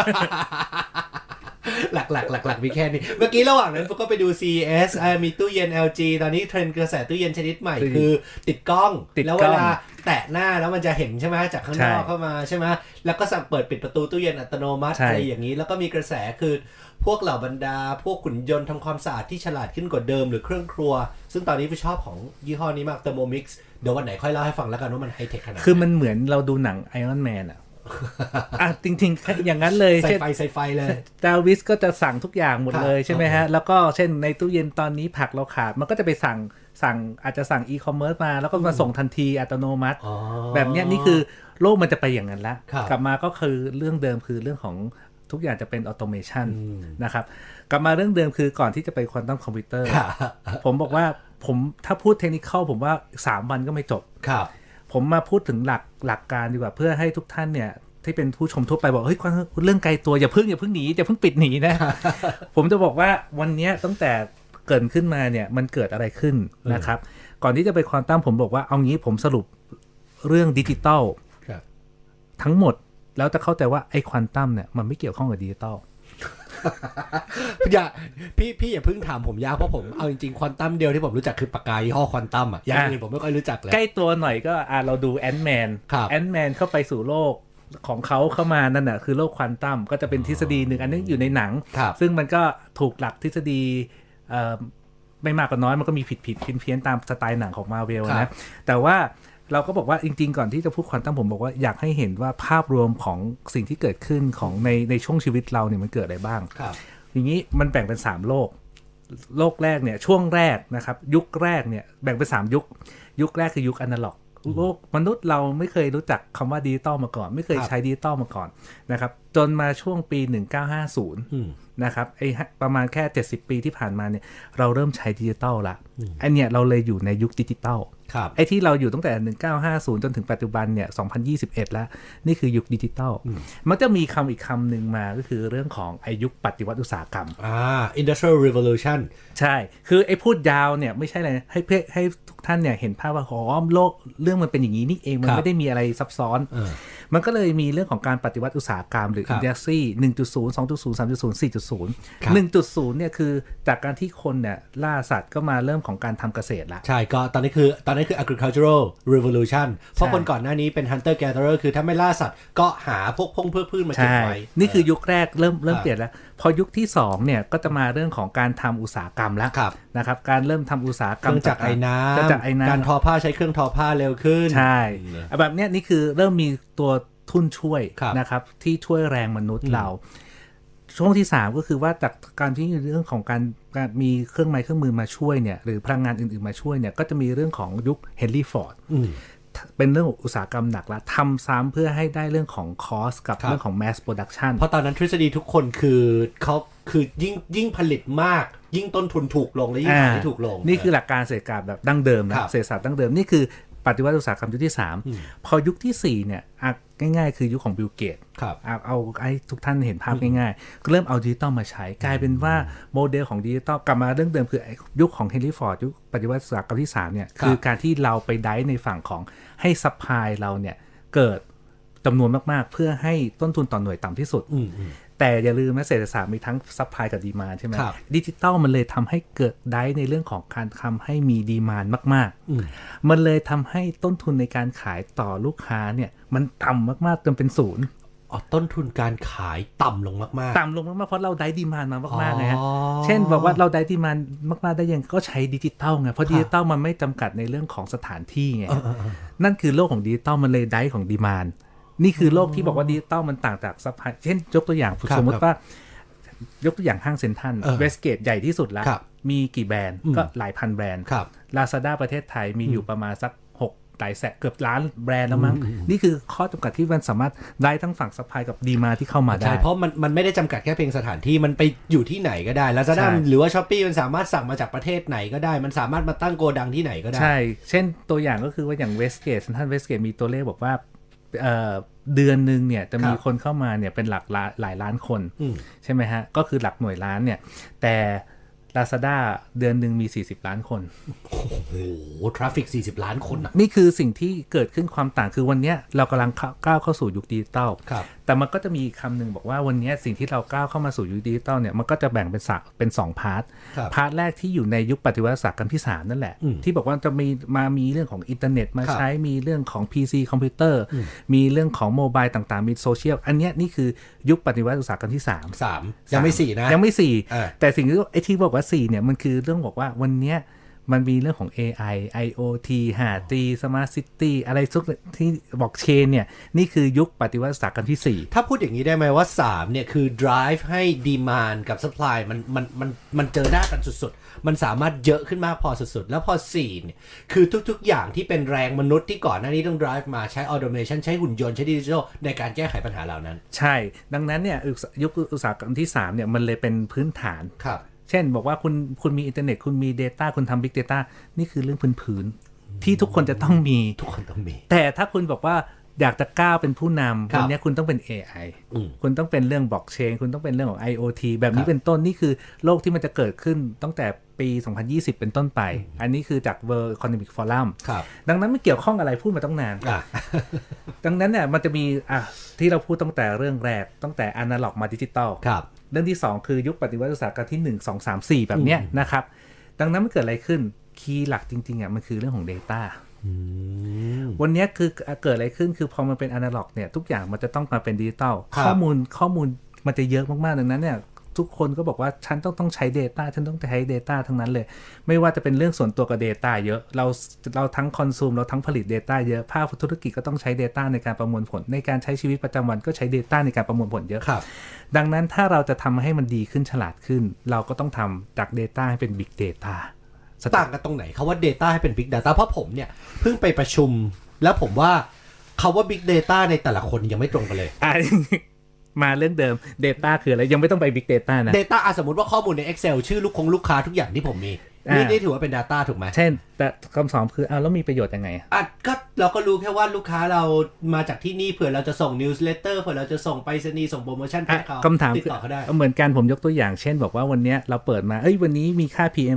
หลักมีแค่นี้เมื่อกี้ระหว่างนั้นก็ไปดู CES มีตู้เย็น LG ตอนนี้เทรนด์กระแสตู้เย็นชนิดใหม่คือติดกล้องแล้วเวลาแตะหน้าแล้วมันจะเห็นใช่ไหมจากข้างนอกเข้ามาใช่ไหมแล้วก็สั่งเปิดปิดประตูตู้เย็นอัตโนมัติอะไรอย่างนี้แล้วก็มีกระแสคือพวกเหล่าบรรดาพวกหุ่นยนต์ทำความสะอาดที่ฉลาดขึ้นกว่าเดิมหรือเครื่องครัวซึ่งตอนนี้พี่ชอบของยี่ห้อนี้มาก Thermomix เดี๋ยววันไหนค่อยเล่าให้ฟังแล้วกันว่ามันไฮเทคขนาดไหนคือมันเหมือนเราดูหนัง Iron Man จริงๆอย่างนั้นเลยใส่ไฟเลยดาวิสก็จะสั่งทุกอย่างหมดเลยใช่ไหมฮะแล้วก็เช่นในตู้เย็นตอนนี้ผักเราขาดมันก็จะไปสั่งอาจจะสั่งอีคอมเมิร์ซมาแล้วก็มาส่งทันทีอัตโนมัติแบบนี้นี่คือโลกมันจะไปอย่างนั้นละกลับมาก็คือเรื่องเดิมคือเรื่องของทุกอย่างจะเป็นออโตเมชันนะครับกลับมาเรื่องเดิมคือก่อนที่จะไปควอนตัมคอมพิวเตอร์ผมบอกว่าผมถ้าพูดเทคนิคเข้าผมว่า3วันก็ไม่จบผมมาพูดถึงหลักการดีกว่าเพื่อให้ทุกท่านเนี่ยที่เป็นผู้ชมทั่วไปบอกเฮ้ยเรื่องไกลตัวอย่าเพิ่งหนีอย่าเพิ่งปิดหนีนะ ผมจะบอกว่าวันนี้ตั้งแต่เกิดขึ้นมาเนี่ยมันเกิดอะไรขึ้นนะครับก่อนที่จะไปควอนตัมผมบอกว่าเอางี้ผมสรุปเรื่องดิจิตอลทั้งหมดแล้วจะเข้าใจว่าไอ้ควอนตัมเนี่ยมันไม่เกี่ยวข้องกับดิจิตอลพี่อย่าเพิ่งถามผมยากเพราะผมเอาจริงๆควอนตัมเดียวที่ผมรู้จักคือปากกายี่ห้อควอนตัมอย่างอื่นผมไม่ค่อยรู้จักเลยใกล้ตัวหน่อยก็เราดูแอนท์แมนเข้าไปสู่โลกของเขาเข้ามานั่นน่ะคือโลกควอนตัมก็จะเป็นทฤษฎีหนึ่งอันนี้อยู่ในหนังซึ่งมันก็ถูกหลักทฤษฎีไม่มากก็น้อยมันก็มีผิดเพี้ยนตามสไตล์หนังของ Marvel นะแต่ว่าเราก็บอกว่าจริงๆก่อนที่จะพูดควอนตัมผมบอกว่าอยากให้เห็นว่าภาพรวมของสิ่งที่เกิดขึ้นของในช่วงชีวิตเราเนี่ยมันเกิดอะไรบ้างอย่างนี้มันแบ่งเป็น3โลกแรกเนี่ยช่วงแรกนะครับยุคแรกเนี่ยแบ่งเป็น3ยุคแรกคือยุคอนาล็อกโลกมนุษย์เราไม่เคยรู้จักคำว่าดิจิตอลมาก่อนไม่เคยใช้ดิจิตอลมาก่อนนะครับจนมาช่วงปี1950นะครับประมาณแค่70ปีที่ผ่านมาเนี่ยเราเริ่มใช้ดิจิตอลละอันเนี้ยเราเลยอยู่ในยุคดิจิตอลไอ้ที่เราอยู่ตั้งแต่1950จนถึงปัจจุบันเนี่ย2021แล้วนี่คือยุคดิจิตอลมันจะมีคำอีกคำหนึ่งมาก็คือเรื่องของไอ้ยุคปฏิวัติอุตสาหกรรม Industrial Revolution ใช่คือไอ้พูดยาวเนี่ยไม่ใช่อะไรให้ทุกท่านเนี่ยเห็นภาพว่าโลกเรื่องมันเป็นอย่างนี้นี่เองมันไม่ได้มีอะไรซับซ้อนมันก็เลยมีเรื่องของการปฏิวัติอุตสาหกรรมหรือ Industry 1.0 2.0 3.0 4.0 1.0 เนี่ยคือจากการที่คนเนี่ยล่าสัตว์ก็มาเริ่มของการทำเกษตรละใช่ก็ตอนนี้นั้นคือ agricultural revolution เพราะคนก่อนหน้านี้เป็น hunter gatherer คือถ้าไม่ล่าสัตว์ก็หาพวกพงพืชมาเก็บไว้นี่คือยุคแรกเริ่มเปลี่ยนแล้วพอยุคที่2เนี่ยก็จะมาเรื่องของการทำอุตสาหกรรมแล้วนะครับการเริ่มทำอุตสาหกรรมจากไอ้น้ำการทอผ้าใช้เครื่องทอผ้าเร็วขึ้นใช่แบบนี้นี่คือเริ่มมีตัวทุนช่วยนะครับที่ช่วยแรงมนุษย์เราช่วงที่3ก็คือว่าจากการที่เรื่องของการมีเครื่องไม้เครื่องมือมาช่วยเนี่ยหรือพลังงานอื่นๆมาช่วยเนี่ยก็จะมีเรื่องของยุคเฮนรี่ฟอร์ดเป็นเรื่องอุตสาหกรรมหนักละทำซ้ำเพื่อให้ได้เรื่องของคอสกับเรื่องของ mass production เพราะตอนนั้นทฤษฎีทุกคนคือยิ่งผลิตมากยิ่งต้นทุนถูกลงและยิ่งขายถูกลงนี่คือหลักการเศรษฐศาสตร์แบบดั้งเดิมนะเศรษฐศาสตร์ดั้งเดิมนี่คือปฏิวัติอุตสาหกรรมยุคที่3พอยุคที่4เนี่ยง่ายๆคือยุคของบิลเกตเอาให้ทุกท่านเห็นภาพง่ายๆเริ่มเอาดิจิตอลมาใช้กลายเป็นว่าโมเดลของดิจิตอลกลับมาเรื่องเดิมคือยุคของเฮนรี่ฟอร์ดยุคปฏิวัติอุตสาหกรรมที่3เนี่ยคือการที่เราไปได้ในฝั่งของให้ซัพพลายเราเนี่ยเกิดจำนวนมากๆเพื่อให้ต้นทุนต่อหน่วยต่ำที่สุดแต่อย่าลืมนะเศรษฐศาสตร์มีทั้งซัพพลายกับดีมานด์ใช่ไหมดิจิตอลมันเลยทำให้เกิดได้ในเรื่องของการทำให้มีดีมานด์มากๆมันเลยทำให้ต้นทุนในการขายต่อลูกค้าเนี่ยมันต่ำมากๆจนเป็นศูนย์ต้นทุนการขายต่ำลงมากๆต่ำลงมากๆเพราะเราได้ดีมานด์มามากๆไงฮะเช่นบอกว่าเราได้ดีมานด์มากๆได้ยังก็ใช้ดิจิตอลไงเพราะดิจิตอลมันไม่จำกัดในเรื่องของสถานที่ไงนั่นคือโลกของดิจิตอลมันเลยได้ของดีมานด์นี่คือโลกที่บอกว่าดิจิตอลมันต่างจากซัพพลายเช่นยกตัวอย่างสมมติว่ายกตัวอย่างห้างเซ็นทรัลเวสเกตใหญ่ที่สุดแล้วมีกี่แบรนด์ก็หลายพันแบรนด์ Lazada ประเทศไทยมีอยู่ประมาณสักหลายแสนเกือบล้านแบรนด์แล้วมั้งนี่คือข้อจำกัดที่มันสามารถได้ทั้งฝั่งซัพพลายกับดีมานด์ที่เข้ามาได้ใช่เพราะมันไม่ได้จำกัดแค่เพียงสถานที่มันไปอยู่ที่ไหนก็ได้ Lazada หรือว่า Shopee มันสามารถสั่งมาจากประเทศไหนก็ได้มันสามารถมาตั้งโกดังที่ไหนก็ได้ใช่เช่นตัวอย่างก็คือว่าอย่างเวสเกตเซ็นทรัลเวสเกตมีตัวเลขบอกว่าเดือนนึงเนี่ยจะมีคนเข้ามาเนี่ยเป็นหลายล้านคนใช่ไหมฮะก็คือหลักหน่วยล้านเนี่ยแต่ Lazada เดือนนึงมี40ล้านคนโอ้โหทราฟฟิก40ล้านคนนี่คือสิ่งที่เกิดขึ้นความต่างคือวันนี้เรากำลังก้าวเข้าสู่ยุคดิจิตอลแต่มันก็จะมีคำหนึ่งบอกว่าวันนี้สิ่งที่เราก้าวเข้ามาสู่ยุคดิจิตอลเนี่ยมันก็จะแบ่งเป็น2พาร์ทแรกที่อยู่ในยุคปฏิวัติอุตสาหกรรมที่3นั่นแหละที่บอกว่าจะมีเรื่องของอินเทอร์เน็ตมาใช้มีเรื่องของ PC คอมพิวเตอร์มีเรื่องของโมบายต่างๆมีโซเชียลอันนี้นี่คือยุคปฏิวัติอุตสาหกรรมที่3 ยังไม่4นะยังไม่4แต่สิ่งที่บอกว่า4เนี่ยมันคือเรื่องบอกว่าวันนี้มันมีเรื่องของ AI IoT 5G Smart City อะไรทุกที่บล็อกเชนเนี่ยนี่คือยุคปฏิวัติอุตสาหกรรมที่4 ถ้าพูดอย่างนี้ได้ไหมว่า3เนี่ยคือ drive ให้ demand กับ supply มันเจอหน้ากันสุดๆมันสามารถเยอะขึ้นมากพอสุดๆแล้วพอ4เนี่ยคือทุกๆอย่างที่เป็นแรงมนุษย์ที่ก่อนหน้านี้ต้อง drive มาใช้ automation ใช้หุ่นยนต์ใช้ดิจิทัลในการแก้ไขปัญหาเหล่านั้นใช่ดังนั้นเนี่ยยุคอุตสาหกรรมที่3เนี่ยมันเลยเป็นพื้นฐานเช่นบอกว่าคุณมีอินเทอร์เน็ตคุณมี Data คุณทำ Big Data นี่คือเรื่องพื้นๆที่ทุกคนจะต้องมีแต่ถ้าคุณบอกว่าอยากจะก้าวเป็นผู้นำวันนี้คุณต้องเป็น AI คุณต้องเป็นเรื่องบล็อกเชนคุณต้องเป็นเรื่องของ IoT แบบนี้เป็นต้นนี่คือโลกที่มันจะเกิดขึ้นตั้งแต่ปี2020เป็นต้นไปอันนี้คือจาก World Economic Forum ดังนั้นไม่เกี่ยวข้องอะไรพูดมาตั้งนานดังนั้นเนี่ยมันจะมีที่เราพูดตั้งแต่เรื่องแรกตั้งแต่อนาล็อกมาดิจิตอลเรื่องที่2คือยุคปฏิวัติอุตสาหกรรมที่1 2 3 4แบบเนี้ยนะครับดังนั้นมันเกิดอะไรขึ้นคีย์หลักจริงๆมันคือเรื่องของ Data วันนี้คือเกิดอะไรขึ้นคือพอมันเป็นอนาล็อกเนี่ยทุกอย่างมันจะต้องมาเป็นดิจิตอลข้อมูลมันจะเยอะมากๆดังนั้นเนี่ยทุกคนก็บอกว่าฉันต้องใช้ Data ฉันต้องใช้ Data ทั้งนั้นเลยไม่ว่าจะเป็นเรื่องส่วนตัวกับ Data เยอะเราทั้งคอนซูมเราทั้งผลิต Data เยอะภาคธุรกิจก็ต้องใช้ Data ในการประมวลผลในการใช้ชีวิตประจำวันก็ใช้ Data ในการประมวลผลเยอะดังนั้นถ้าเราจะทำให้มันดีขึ้นฉลาดขึ้นเราก็ต้องทำจาก Data ให้เป็น Big Data ต่างกันตรงไหนคำว่า Data ให้เป็น Big Data เพราะผมเนี่ยเพิ่งไปประชุมแล้วผมว่าคำว่า Big Data ในแต่ละคนยังไม่ตรงกันเลยมาเรื่องเดิม Data คืออะไรยังไม่ต้องไป Big Data นะ Data สมมติว่าข้อมูลใน Excel ชื่อลูกค้าทุกอย่างที่ผมมีนี่ถือว่าเป็น Data ถูกไหมเช่นแต่คำสอนคือแล้วมีประโยชน์ยังไงก็เราก็รู้แค่ว่าลูกค้าเรามาจากที่นี่เผื่อเราจะส่ง Newsletter เผื่อเราจะส่งไปรษณีย์ส่งโปรโมชั่นให้เขาคำถามติดต่อเขาได้เหมือนกันผมยกตัวอย่างเช่นบอกว่าวันนี้เราเปิดมาวันนี้มีค่า PM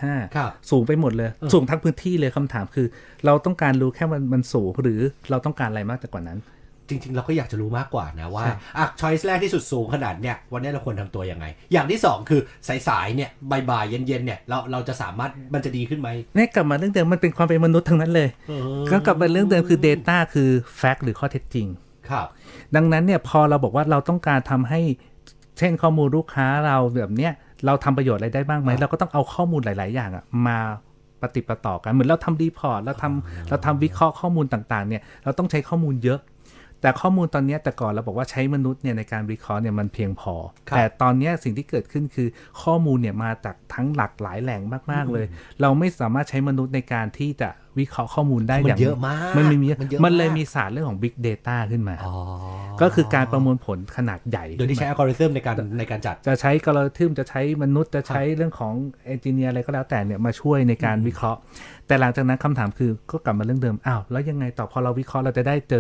2.5 สูงไปหมดเลยสูงทั้งพื้นที่เลยคำถามคือเราต้องการรู้แค่มันสูงหรือเราต้องการอะไรมากกว่านั้นจริงๆเราก็อยากจะรู้มากกว่านะว่าช้อยส์แรกที่สุดสูงขนาดเนี้ยวันนี้เราควรทำตัวยังไงอย่างที่2คือสายๆเนี่ยบ่ายๆเย็นๆเนี่ยเราจะสามารถมันจะดีขึ้นไหมเนี่ยกลับมาเรื่องเดิมมันเป็นความเป็นมนุษย์ทั้งนั้นเลยก็กลับมาเรื่องเดิมคือ data คือ fact หรือข้อเท็จจริงครับดังนั้นเนี่ยพอเราบอกว่าเราต้องการทำให้เช่นข้อมูลลูกค้าเราแบบเนี้ยเราทำประโยชน์อะไรได้บ้างไหมเราก็ต้องเอาข้อมูลหลายๆอย่างมาปฏิปต่อกันเหมือนเราทำรีพอร์ตเราทำวิเคราะห์ข้อมูลต่างๆเนี่ยเราต้องใช้ข้อมูลเยอะแต่ข้อมูลตอนนี้แต่ก่อนเราบอกว่าใช้มนุษย์เนี่ยในการวิเคราะห์เนี่ยมันเพียงพอแต่ตอนนี้สิ่งที่เกิดขึ้นคือข้อมูลเนี่ยมาจากทั้งหลากหลายแหล่งมากๆเลยเราไม่สามารถใช้มนุษย์ในการที่จะวิเคราะห์ข้อมูลได้อย่างเยอะมากมันเลยมีศาสตร์เรื่องของ Big Data ขึ้นมาก็คือการประมวลผลขนาดใหญ่โดยที่ใช้อัลกอริทึมในการจัดจะใช้อัลกอริทึมจะใช้มนุษย์จะใช้เรื่องของเอนจิเนียร์อะไรก็แล้วแต่เนี่ยมาช่วยในการวิเคราะห์แต่หลังจากนั้นคำถามคือก็กลับมาเรื่องเดิมแล้วยังไงต่อพอเราวิเคราะห์เราจะได้เจอ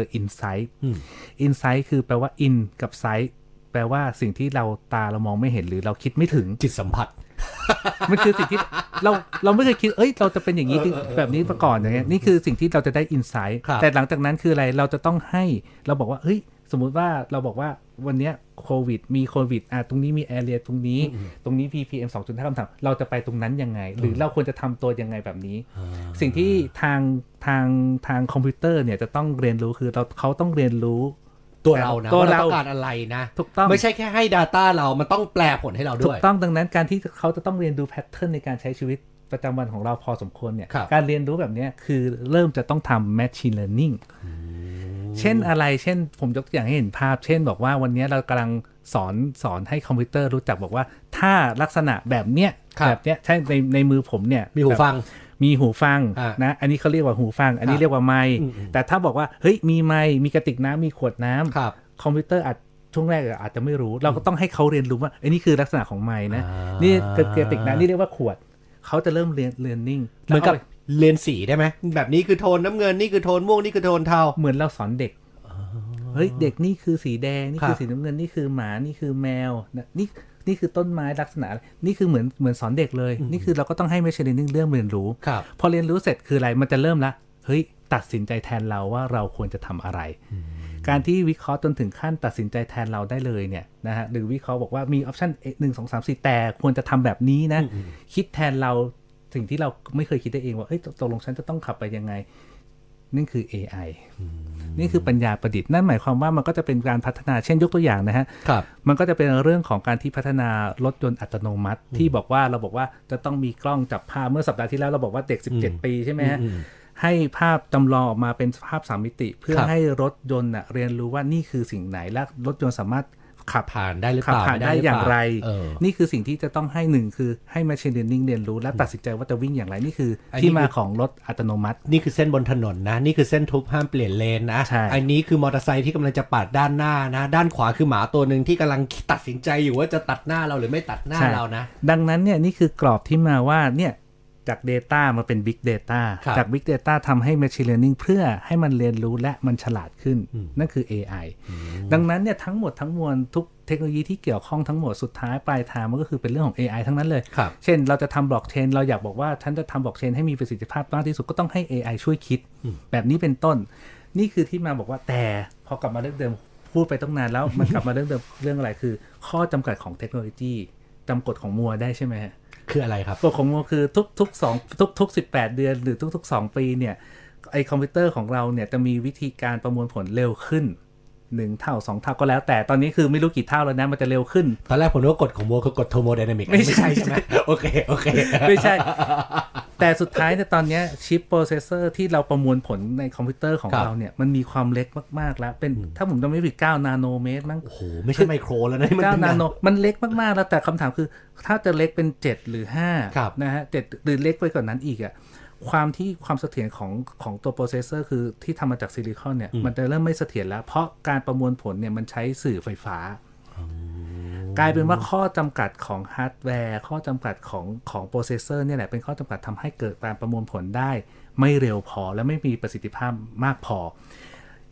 insight คือแปลว่า in กับ sight แปลว่าสิ่งที่เรามองไม่เห็นหรือเราคิดไม่ถึงจิตสัมผัสมันคือสิ่งที่เราไม่เคยคิดเราจะเป็นอย่างนี้แบบนี้มาก่อนอย่างเงี้ยนี่คือสิ่งที่เราจะได้ insight แต่หลังจากนั้นคืออะไรเราจะต้องให้เราบอกว่าสมมุติว่าเราบอกว่าวันนี้โควิดมีโควิดตรงนี้มีแอเรียตรงนี้ ppm 2.5 คำถามเราจะไปตรงนั้นยังไงหรือเราควรจะทำตัวยังไงแบบนี้สิ่งที่ทางคอมพิวเตอร์เนี่ยจะต้องเรียนรู้คือเขาต้องเรียนรู้ตัวเรานะว่าเราต้องการอะไรนะถูกต้องไม่ใช่แค่ให้ data เรามันต้องแปลผลให้เราด้วยถูกต้องดังนั้นการที่เขาจะต้องเรียนดูแพทเทิร์นในการใช้ชีวิตประจำวันของเราพอสมควรเนี่ยการเรียนรู้แบบนี้คือเริ่มจะต้องทำ machine learningเช่นอะไรเช่นผมยกตัวอย่างให้เห็นภาพเช่นบอกว่าวันนี้เรากำลังสอนให้คอมพิวเตอร์รู้จักบอกว่าถ้าลักษณะแบบเนี้ยใช่ในมือผมเนี่ยมีหูฟังนะอันนี้เขาเรียกว่าหูฟังอันนี้เรียกว่าไมค์แต่ถ้าบอกว่าเฮ้ยมีไมค์มีกระติกน้ำมีขวดน้ำคอมพิวเตอร์ช่วงแรกอาจจะไม่รู้เราก็ต้องให้เขาเรียนรู้ว่าอันนี้คือลักษณะของไมค์นะนี่กระติกน้ำนี่เรียกว่าขวดเขาจะเริ่มเรียนนิ่งเหมือนกับเรียนสีได้ไหมแบบนี้คือโทนน้ำเงินนี่คือโทนม่วงนี่คือโทนเทาเหมือนเราสอนเด็กเฮ้ยเด็กนี่คือสีแดงนี่คือสีน้ำเงินนี่คือหมานี่คือแมวนี่คือต้นไม้ลักษณะนี่คือเหมือนสอนเด็กเลยนี่คือเราก็ต้องให้ machine learning เรื่องเรียนรู้พอเรียนรู้เสร็จคืออะไรมันจะเริ่มละเฮ้ยตัดสินใจแทนเราว่าเราควรจะทำอะไรการที่วิเคราะห์จนถึงขั้นตัดสินใจแทนเราได้เลยเนี่ยนะฮะหรือวิเคราะห์บอกว่ามีออปชั่น1 2 3 4แต่ควรจะทำแบบนี้นะคิดแทนเราสิ่งที่เราไม่เคยคิดได้เองว่าตกลงฉันจะต้องขับไปยังไงนั่นคือ AI นี่คือปัญญาประดิษฐ์นั่นหมายความว่ามันก็จะเป็นการพัฒนาเช่นยกตัวอย่างนะฮะมันก็จะเป็นเรื่องของการที่พัฒนารถยนต์อัตโนมัติที่บอกว่าเราบอกว่าจะต้องมีกล้องจับภาพเมื่อสัปดาห์ที่แล้วเราบอกว่าเด็ก17 ปีใช่ไหมฮะให้ภาพจำลองออกมาเป็นภาพ3 มิติเพื่อให้รถยนต์เรียนรู้ว่านี่คือสิ่งไหนและรถยนต์สามารถขับผ่านได้หรือเปล่าขับผ่านได้อย่างไรนี่คือสิ่งที่จะต้องให้1คือให้ machine learning เรียนรู้และตัดสินใจว่าจะวิ่งอย่างไรนี่คือที่มาของรถอัตโนมัตินี่คือเส้นบนถนนนะนี่คือเส้นทึบห้ามเปลี่ยนเลนนะอันนี้คือมอเตอร์ไซค์ที่กำลังจะปาดด้านหน้านะด้านขวาคือหมาตัวนึงที่กำลังตัดสินใจอยู่ว่าจะตัดหน้าเราหรือไม่ตัดหน้าเรานะดังนั้นเนี่ยนี่คือกรอบที่มาว่าเนี่ยจาก Data มาเป็น Big Data จาก Big Data ทำให้ Machine Learning เพื่อให้มันเรียนรู้และมันฉลาดขึ้นนั่นคือ AI ดังนั้นเนี่ยทั้งหมดทั้งมวลทุกเทคโนโลยีที่เกี่ยวข้องทั้งหมดสุดท้ายปลายทางมันก็คือเป็นเรื่องของ AI ทั้งนั้นเลยเช่นเราจะทำบล็อกเชนเราอยากบอกว่าฉันจะทำบล็อกเชนให้มีประสิทธิภาพมากที่สุดก็ต้องให้ AI ช่วยคิดแบบนี้เป็นต้นนี่คือที่มาบอกว่าแต่พอกลับมาเรื่องเดิมพูดไปตั้งนานแล้วมันกลับมาเรื่องเดิมเรื่องอะไรคือข้อจำกัดของเทคโนโลยีจำกฎของมัวได้ใช่ไหมคืออะไรครับกฎของมัวคือทุก18 เดือนหรือทุก2 ปีเนี่ยไอคอมพิวเตอร์ของเราเนี่ยจะมีวิธีการประมวลผลเร็วขึ้น1 เท่า 2 เท่าก็แล้วแต่ตอนนี้คือไม่รู้กี่เท่าแล้วนะมันจะเร็วขึ้นตอนแรกผมนึกว่ากฎของมัวคือกฎโทโมไดนามิกไม่ใช่ใช่ไหมโอเคไม่ใช่แต่สุดท้ายในตอนนี้ชิปโปรเซสเซอร์ที่เราประมวลผลในคอมพิวเตอร์ของเราเนี่ยมันมีความเล็กมากๆแล้วเป็นถ้าผมจำไม่ผิด9 นาโนเมตรมั้งโอ้โหไม่ใช่ไมโครแล้วนะมัน9 นาโนมันเล็กมากๆแล้วแต่คำถามคือถ้าจะเล็กเป็น7 หรือ5นะฮะ7หรือเล็กไปกว่านั้นอีกความเสถียรของตัวโปรเซสเซอร์คือที่ทำมาจากซิลิคอนเนี่ยมันจะเริ่มไม่เสถียรแล้วเพราะการประมวลผลเนี่ยมันใช้สื่อไฟฟ้ากลายเป็นว่าข้อจำกัดของฮาร์ดแวร์ข้อจำกัดของโปรเซสเซอร์เนี่ยแหละเป็นข้อจำกัดทำให้เกิดการประมวลผลได้ไม่เร็วพอและไม่มีประสิทธิภาพมากพอ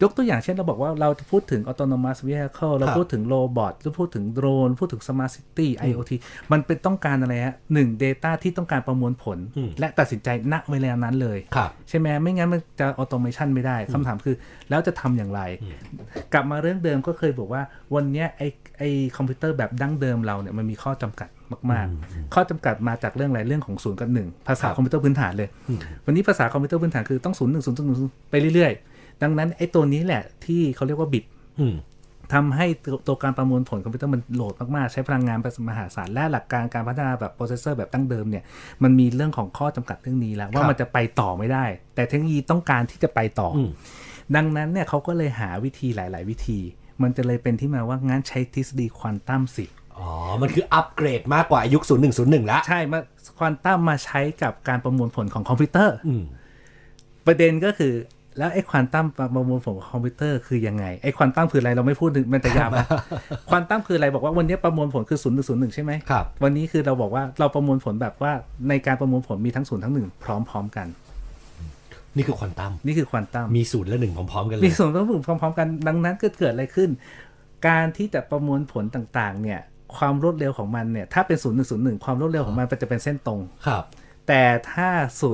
ยกตัวอย่างเช่นเราบอกว่าเราพูดถึง autonomous vehicle เราพูดถึงโรบอทเราพูดถึงโดรนพูดถึง smart city IoT มันเป็นต้องการอะไรฮะ1 data ที่ต้องการประมวลผลและตัดสินใจณเวลานั้นเลยใช่ไหมไม่งั้นมันจะ automation ไม่ได้คำถามคือแล้วจะทำอย่างไรกลับมาเรื่องเดิมก็เคยบอกว่าวันนี้ไอคอมพิวเตอร์แบบดั้งเดิมเราเนี่ยมันมีข้อจำกัดมากๆข้อจำกัดมาจากเรื่องอะไรเรื่องของ0 กับ 1ภาษาคอมพิวเตอร์พื้นฐานเลยวันนี้ภาษาคอมพิวเตอร์พื้นฐานคือต้อง0 1 0 0 0ไปเรื่อยๆดังนั้นไอ้ตัวนี้แหละที่เขาเรียกว่าบิตทำให้ตัวการประมวลผลคอมพิวเตอร์มันโหลดมากๆใช้พลังงานมหาศาลและหลักการการพัฒนาแบบโปรเซสเซอร์แบบดั้งเดิมเนี่ยมันมีเรื่องของข้อจำกัดเรื่องนี้แล้วว่ามันจะไปต่อไม่ได้แต่เทคโนโลยีต้องการที่จะไปต่อดังนั้นเนี่ยเขาก็เลยหาวิธีหลายๆวิธีมันจะเลยเป็นที่มาว่างั้นใช้ทฤษฎีควอนตัมสิมันคืออัปเกรดมากกว่ายุค0101แล้วใช่มาควอนตัมมาใช้กับการประมวลผลของคอมพิวเตอร์ประเด็นก็คือแล้วไอ้ควอนตัมประมวลผลของคอมพิวเตอร์คือยังไงไอ้ควอนตัมคืออะไรเราไม่พูดมันจะยาวนะควอนตัมคืออะไรบอกว่าวันนี้ประมวลผลคือ01ใช่ไหมครับวันนี้คือเราบอกว่าเราประมวลผลแบบว่าในการประมวลผลมีทั้ง0ทั้ง1พร้อมๆกันนี่คือควอนตัมนี่คือควอนตัมมี0และ1พร้อมๆกันเลยมี0และ1พร้อมๆกันดังนั้นเกิดอะไรขึ้นการที่จะประมวลผลต่างๆเนี่ยความรวดเร็วของมันเนี่ยถ้าเป็น0101ความรวดเร็วของมันจะเป็นเส้นตรงครับแต่ถ้า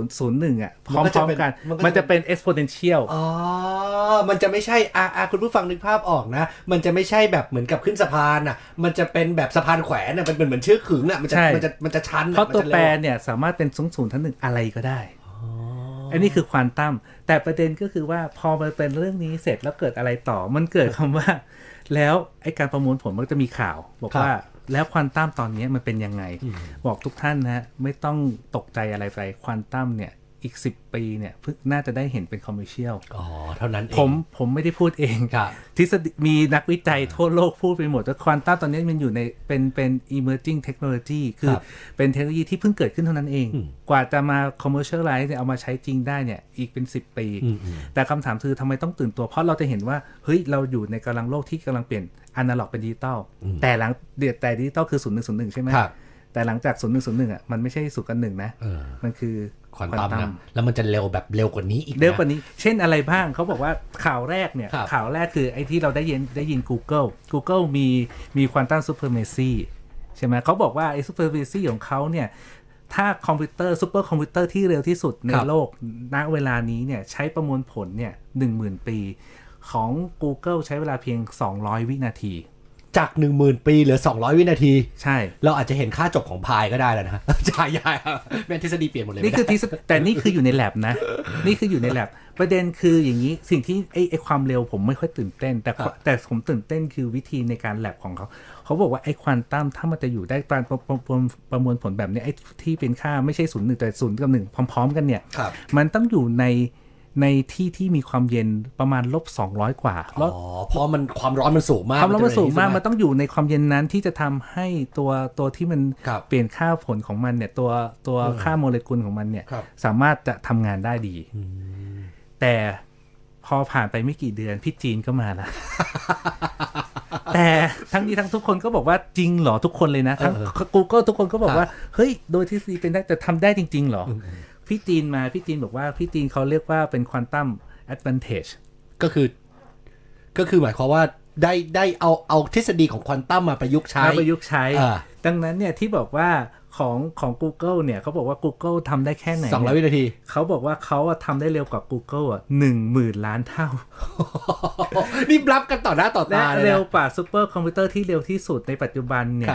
001อ่ะพร้อมๆกันมันจะเป็น exponential มันจะไม่ใช่คุณผู้ฟังนึกภาพออกนะมันจะไม่ใช่แบบเหมือนกับขึ้นสะพานอ่ะมันจะเป็นแบบสะพานแขวนอ่ะมันเป็นเหมือนเชือกขึงอ่ะมันจะชันเพราะตัวแปรเนี่ยสามารถเป็น0ทั้ง1อะไรก็ได้อันนี้คือควอนตัมแต่ประเด็นก็คือว่าพอมันเป็นเรื่องนี้เสร็จแล้วเกิดอะไรต่อมันเกิดคำว่าแล้วไอ้การประมวลผลมันจะมีข่าวบอกว่าแล้วควอนตัมตอนนี้มันเป็นยังไงบอกทุกท่านนะไม่ต้องตกใจอะไรไปควอนตัมเนี่ยอีก10 ปีเนี่ยเพิ่งน่าจะได้เห็นเป็นคอมเมอร์เชียลเท่านั้นเองผมไม่ได้พูดเองทฤษฎีมีนักวิจัยทั่วโลกพูดไปหมดว่าควอนตัมตอนนี้มันอยู่ในเป็น emerging technology คือเป็นเทคโนโลยีที่เพิ่งเกิดขึ้นเท่านั้นเองกว่าจะมา commercialize เนี่ยเอามาใช้จริงได้เนี่ยอีกเป็น10 ปีแต่คำถามคือทำไมต้องตื่นตัวเพราะเราจะเห็นว่าเฮ้ยเราอยู่ในกำลังโลกที่กำลังเปลี่ยนอนาล็อกเป็นดิจิตอลแต่ดิจิตอลคือ0101ใช่ไหมแต่หลังจาก0101อ่ะมันไม่ใช่0 กับ 1นะมันคือควอนตัมนะแล้วมันจะเร็วแบบเร็วกว่านี้อีกเร็วกว่านี้เช่นอะไรบ้างเขาบอกว่าข่าวแรกเนี่ยข่าวแรกคือไอ้ที่เราได้ยิน Google มีควอนตัมซูเปอร์เมซี่ใช่ไหมเขาบอกว่าไอ้ซูเปอร์เมซี่ของเขาเนี่ยถ้าคอมพิวเตอร์ซูเปอร์คอมพิวเตอร์ที่เร็วที่สุดในโลกณเวลานี้เนี่ยใช้ประมวลผลเนี่ย 10,000 ปีของ Google ใช้เวลาเพียง200 วินาทีจาก 10,000 ปีเหลือ200 วินาทีใช่เราอาจจะเห็นค่าจบของพายก็ได้แล้วนะใช่ๆแม่นทฤษฎีเปลี่ยนหมดเลยนี่คือทฤษฎีแต่นี่คืออยู่ใน lab นะนี่คืออยู่ใน lab ประเด็นคืออย่างนี้สิ่งที่ไอ้ความเร็วผมไม่ค่อยตื่นเต้นแต่ผมตื่นเต้นคือวิธีในการ lab ของเขาบอกว่าไอ้ควอนตัมถ้ามันจะอยู่ได้การประมวลผลแบบนี้ไอ้ที่เป็นค่าไม่ใช่0 1แต่0 กับ 1พร้อมๆกันเนี่ยมันต้องอยู่ในที่มีความเย็นประมาณ-200 กว่าเพราะมันความร้อนมันสูงมากความร้อนมันสูงมากมันต้องอยู่ในความเย็นนั้นที่จะทำให้ตัวที่มันเปลี่ยนค่าผลของมันเนี่ยตัวค่าโมเลกุลของมันเนี่ยสามารถจะทำงานได้ดีแต่พอผ่านไปไม่กี่เดือนพี่จีนก็มาละแต่ทั้งนี้ทั้งทุกคนก็บอกว่าจริงเหรอทุกคนเลยนะทั้ง Google ทุกคนก็บอกว่าเฮ้ยโดยทฤษฎีเป็นได้แต่ทำได้จริงๆเหรอพี่จีนบอกว่าพี่จีนเขาเรียกว่าเป็น quantum advantage ก็คือหมายความว่าได้เอาทฤษฎีของควอนตัมมาประยุกต์ใช้ดังนั้นเนี่ยที่บอกว่าของ Google เนี่ยเขาบอกว่า Google ทำได้แค่ไหน 200 วินาทีเขาบอกว่าเขาทำได้เร็วกว่า Google 10,000 ล้านเท่านี่รับกันต่อหน้าต่อตาเลยนะเร็วกว่าซุปเปอร์คอมพิวเตอร์ที่เร็วที่สุดในปัจจุบันเนี่ย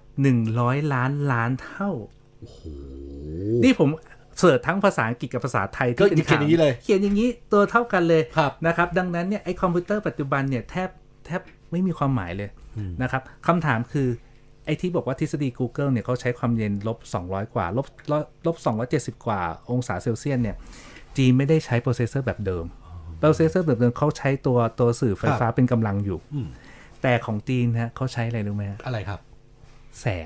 100 ล้านเท่านี่ผมเสิร์ชทั้งภาษาอังกฤษกับภาษาไทยที่เป็นข่าวเขียนอย่างนี้ตัวเท่ากันเลยนะครับดังนั้นเนี่ยไอ้คอมพิวเตอร์ปัจจุบันเนี่ยแทบไม่มีความหมายเลยนะครับคำถามคือไอ้ที่บอกว่าทฤษฎี Google เนี่ยเขาใช้ความเย็น-200 กว่า-270 กว่าองศาเซลเซียสเนี่ยจีนไม่ได้ใช้โปรเซสเซอร์แบบเดิมโปรเซสเซอร์แบบเดิมเขาใช้ตัวสื่อไฟฟ้าเป็นกำลังอยู่แต่ของจีนนะเขาใช้อะไรรู้ไหมอะไรครับแสง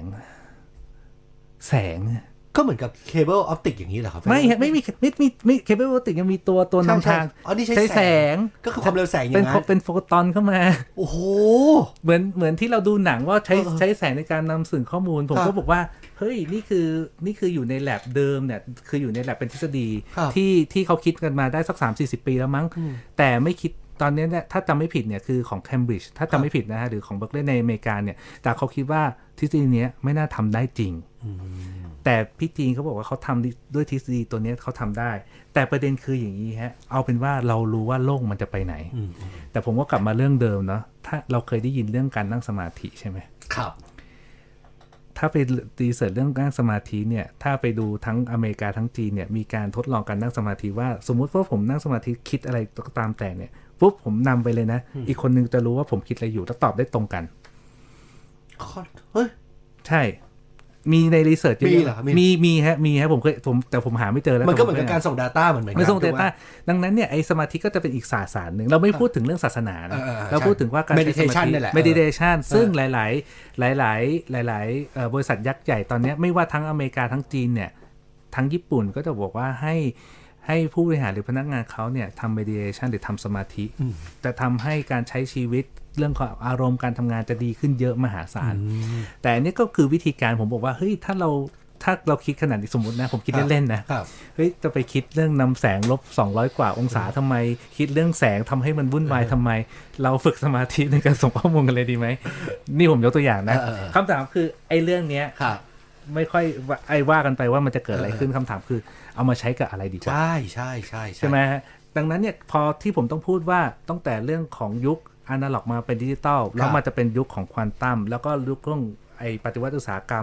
ก็เหมือนกับเคเบิลออปติกอย่างนี้เหรอครับไม่มีเคเบิลออปติกยังมีตัวนำทางใช้แสงก็คือความเร็วแสงอย่างนั้นเป็นโฟตอนเข้ามาโอ้โหเหมือนที่เราดูหนังว่าใช้แสงในการนำสื่อข้อมูลผมก็บอกว่าเฮ้ยนี่คืออยู่ในแลบเดิมเนี่ยคืออยู่ในแลบเป็นทฤษฎีที่เขาคิดกันมาได้สัก 3-40 ปีแล้วมั้งแต่ไม่คิดตอนนี้เนี่ยถ้าจำไม่ผิดเนี่ยคือของ Cambridge ถ้าจำไม่ผิดนะฮะหรือของ Berkeley ในอเมริกาเนี่ยแต่เขาคิดว่าทฤษฎีนี้ไม่น่าทำได้จริงแต่พี่จีนเขาบอกว่าเขาทำด้วยทฤษฎีตัวนี้เขาทำได้แต่ประเด็นคืออย่างนี้ฮะเอาเป็นว่าเรารู้ว่าโลกมันจะไปไหนแต่ผมก็กลับมาเรื่องเดิมเนาะถ้าเราเคยได้ยินเรื่องการนั่งสมาธิใช่ไหมครับถ้าไปรีเสิร์ชเรื่องนั่งสมาธิเนี่ยถ้าไปดูทั้งอเมริกาทั้งจีนเนี่ยมีการทดลองการนั่งสมาธิว่าสมมุติว่าผมนั่งสมาธิคิดอะไรก็ตามแต่เนี่ยปุ๊บผมนำไปเลยนะอีกคนนึงจะรู้ว่าผมคิดอะไรอยู่แล้วตอบได้ตรงกันเฮ้ยใช่มีในรีเสิร์ชมีเหรอมีฮะผมเคยแต่ผมหาไม่เจอแล้วมันก็เหมือนกับการส่ง data เหมือนกันไม่ส่ง data ดังนั้นเนี่ยไอ้สมาธิก็จะเป็นอีกศาสตร์นึงเราไม่พูดถึงเรื่องศาสนานะเราพูดถึงว่าการ meditation นี่แหละ meditation ซึ่งหลายบริษัทยักษ์ใหญ่ตอนนี้ไม่ว่าทั้งอเมริกาทั้งจีนเนี่ยทั้งญี่ปุ่นก็จะบอกว่าให้ผู้บริหารหรือพนักงานเขาเนี่ยทำ meditation หรือทำสมาธิจะทำให้การใช้ชีวิตเรื่องของอารมณ์การทำงานจะดีขึ้นเยอะมหาศาลแต่นี่ก็คือวิธีการผมบอกว่าเฮ้ยถ้าเราคิดขนาดนี้สมมตินะผมคิดเล่นๆนะเฮ้ยจะไปคิดเรื่องนำแสงลบ200 กว่าองศาทำไมคิดเรื่องแสงทำให้มันวุ่นวายทำไมเราฝึกสมาธิในการส่งข้อมูลกันเลยดีไหมนี่ผมยกตัวอย่างนะคำถามคือไอ้เรื่องเนี้ยไม่ค่อยว่ากันไปว่ามันจะเกิดอะไรขึ้นคำถามคือเอามาใช้กับอะไรดีกว่าใช่ไหมฮะดังนั้นเนี่ยพอที่ผมต้องพูดว่าตั้งแต่เรื่องของยุคอนาล็อกมาเป็นดิจิตอลแล้วมาจะเป็นยุคของควอนตัมแล้วก็ยุคของไอ้ปฏิวัติอุตสาหกรรม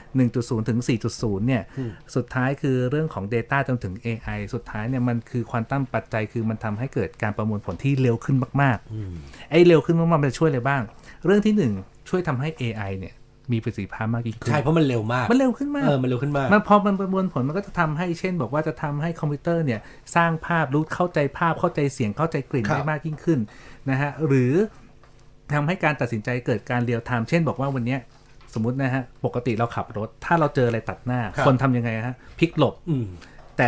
1.0 ถึง 4.0 เนี่ยสุดท้ายคือเรื่องของ Data จนถึง AI สุดท้ายเนี่ยมันคือควอนตัมปัจจัยคือมันทำให้เกิดการประมวลผลที่เร็วขึ้นมากๆไอ้เร็วขึ้นมากๆมันจะช่วยอะไรบ้างเรื่องที่1ช่วยทำให้ AI เนี่ยมีประสิทธิภาพมากยิ่งขึ้นใช่เพราะมันเร็วมากมันเร็วขึ้นมากมันเร็วขึ้นมากมันพอมันประมวลผลมันก็จะทำให้เช่นบอกว่าจะทำให้คอมพิวเตอร์เนี่ยสร้างภาพรู้เข้าใจภาพเข้าใจเสียงเข้าใจกลิ่นได้มากยิ่งขึ้นนะฮะหรือทำให้การตัดสินใจเกิดการเรียลไทม์เช่นบอกว่าวันนี้สมมุตินะฮะปกติเราขับรถถ้าเราเจออะไรตัดหน้าคนทำยังไงฮะพลิกหลบแต่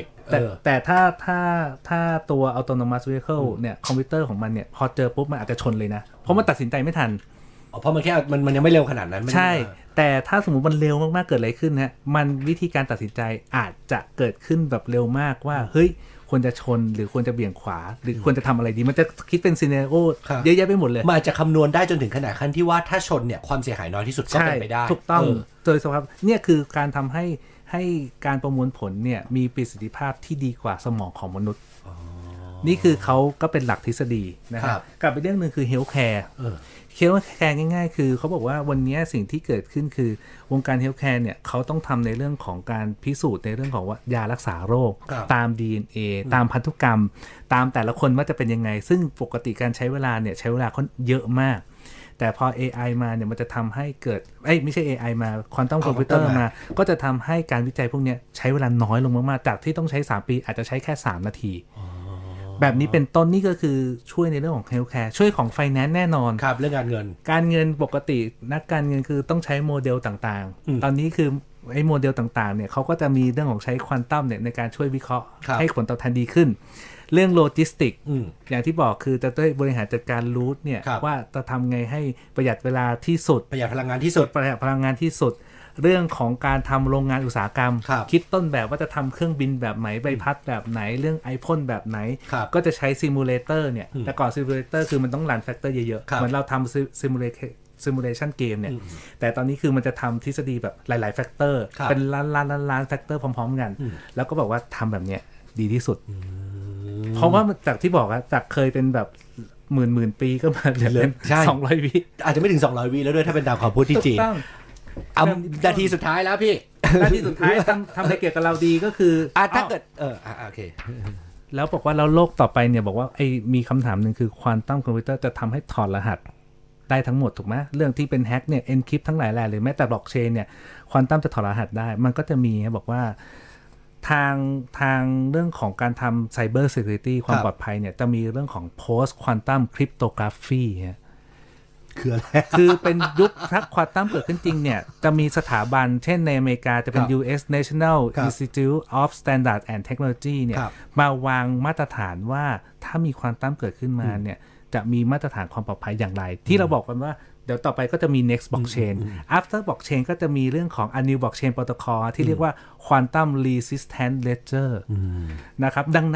ถ้าตัว autonomous vehicle เนี่ยคอมพิวเตอร์ของมันเนี่ยพอเจอปุ๊บมันอาจจะชนเลยนะเพราะมันตัดสินใจไม่ทันเพราะมันแค่มันยังไม่เร็วขนาดนั้นใช่แต่ถ้าสมมุติมันเร็วมากๆเกิดอะไรขึ้นฮะมันวิธีการตัดสินใจอาจจะเกิดขึ้นแบบเร็วมากว่าเฮ้ยควรจะชนหรือควรจะเบี่ยงขวาหรือควรจะทำอะไรดีมันจะคิดเป็นซีนาริโอเยอะแยะไปหมดเลยมันอาจจะคำนวณได้จนถึงขนาดขั้นที่ว่าถ้าชนเนี่ยความเสียหายน้อยที่สุดก็เป็นไปได้ถูกต้องโดยสภาพเนี่ยคือการทำให้การประมวลผลเนี่ยมีประสิทธิภาพที่ดีกว่าสมองของมนุษย์นี่คือเขาก็เป็นหลักทฤษฎีนะครับกลับไปเรื่องนึงคือเฮลท์แคร์เฮลท์แคร์ง่ายๆคือเขาบอกว่าวันนี้สิ่งที่เกิดขึ้นคือวงการเฮลท์แคร์เนี่ยเขาต้องทำในเรื่องของการพิสูจน์ในเรื่องของว่ายารักษาโรคตาม DNA ตามพันธุกรรมตามแต่ละคนว่าจะเป็นยังไงซึ่งปกติการใช้เวลาเนี่ยใช้เวลาเยอะมากแต่พอ AI มาเนี่ยมันจะทำให้เกิดไม่ใช่ AI มาควอนตัมคอมพิวเตอร์มาก็จะทำให้การวิจัยพวกนี้ใช้เวลาน้อยลงมากๆจากที่ต้องใช้3ปีอาจจะใช้แค่3นาทีแบบนี้เป็นต้นนี่ก็คือช่วยในเรื่องของเฮลท์แคร์ช่วยของไฟแนนซ์แน่นอนครับเรื่องการเงินปกตินักการเงินคือต้องใช้โมเดลต่างๆตอนนี้คือไอ้โมเดลต่างๆเนี่ยเขาก็จะมีเรื่องของใช้ควอนตัมเนี่ยในการช่วยวิเคราะห์ให้ผลตอบแทนดีขึ้นเรื่องโลจิสติกอย่างที่บอกคือจะได้บริหารจัดการรูทเนี่ยว่าจะทำไงให้ประหยัดเวลาที่สุดประหยัดพลังงานที่สุดเรื่องของการทำโรงงานอุตสาหกรรมคิดต้นแบบว่าจะทำเครื่องบินแบบไหนใบพัดแบบไหนเรื่องไอพ่นแบบไหนก็จะใช้ซิมูเลเตอร์เนี่ยแต่ก่อนซิมูเลเตอร์คือมันต้องรันแฟกเตอร์เยอะๆเหมือนเราทำซิมูเลชันเกมเนี่ยแต่ตอนนี้คือมันจะทำทฤษฎีแบบหลายๆแฟกเตอร์เป็นล้านแฟกเตอร์พร้อมๆกันแล้วก็บอกว่าทำแบบเนี้ยดีที่สุดเพราะว่าจากที่บอกอะจากเคยเป็นแบบหมื่นปีก็มาเหลือเป็น200 วิอาจจะไม่ถึง200 วิแล้วด้วยถ้าเป็นตามคำพูดที่จีนเอานาทีสุดท้ายแล้วพี่นาทีสุดท้ายทำอะไรเกี่ยวกับเราดีก็คือถ้าเกิดโอเคแล้วบอกว่าแล้วโลกต่อไปเนี่ยบอกว่ามีคำถามหนึ่งคือควอนตัมคอมพิวเตอร์จะทำให้ถอดรหัสได้ทั้งหมดถูกไหมเรื่องที่เป็นแฮกเนี่ยเอนคริปต์ทั้งหลายแหล่หรือแม้แต่บล็อกเชนเนี่ยควอนตัมจะถอดรหัสได้มันก็จะมีบอกว่าทางเรื่องของการทำไซเบอร์ซิเคียวริตี้ความปลอดภัยเนี่ยจะมีเรื่องของ post quantum cryptography คืออะไรคือเป็นยุคถ้าควอนตัมเกิดขึ้นจริงเนี่ยจะมีสถาบันเช่นในอเมริกาจะเป็น US National Institute of Standard and Technology เนี่ยมาวางมาตรฐานว่าถ้ามีควอนตัมเกิดขึ้นมาเนี่ยจะมีมาตรฐานความปลอดภัยอย่างไรที่เราบอกกันว่าเดี๋ยวต่อไปก็จะมี next blockchain after blockchain ก็จะมีเรื่องของ a new blockchain protocol ที่เรียกว่า quantum resistant ledger นะครับดังนั้น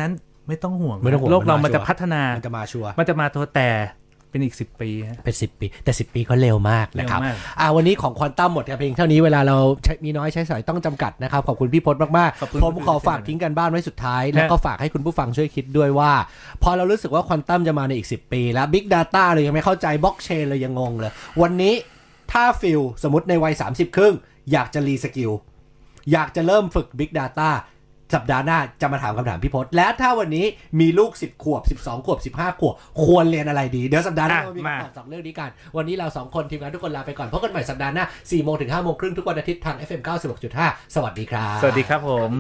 ไม่ต้องห่วงไม่ต้องห่วงโลกเรามันจะพัฒนามันจะมาชัวร์มันจะมาตัวแต่เป็นอีก10 ปีเป็น10 ปีแต่10 ปีก็เร็วมากนะครับวันนี้ของควอนตัมหมดเพียงเท่านี้เวลาเรามีน้อยใช้สอยต้องจำกัดนะครับขอบคุณพี่พจน์มากๆผมขอฝากทิ้งกันบ้านไว้สุดท้ายแล้วก็ฝากให้คุณผู้ฟังช่วยคิดด้วยว่าพอเรารู้สึกว่าควอนตัมจะมาในอีก10 ปีแล้ว Big Data เลยยังไม่เข้าใจบล็อกเชนเลยยังงงเลยวันนี้ถ้าฟิลสมมติในวัย30 ครึ่งอยากจะรีสกิลอยากจะเริ่มฝึก Big Dataสัปดาห์หน้าจะมาถามคำถามพี่พจน์และถ้าวันนี้มีลูก10 ขวบ12 ขวบ15 ขวบควรเรียนอะไรดีเดี๋ยวสัปดาห์หน้าเรามีคำตอบ2เรื่องนี้กันวันนี้เรา2คนทีมงานทุกคนลาไปก่อนพบกันใหม่สัปดาห์หน้า 4 โมงถึง 5 โมงครึ่งทุกวันอาทิตย์ทาง FM 96.5 สวัสดีครับสวัสดีครับผม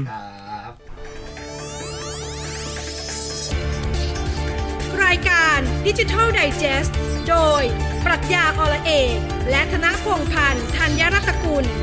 รายการ Digital Digest โดยปรัชญาอรเอกและธนพงษ์พันธ์ธัญรัตนกุล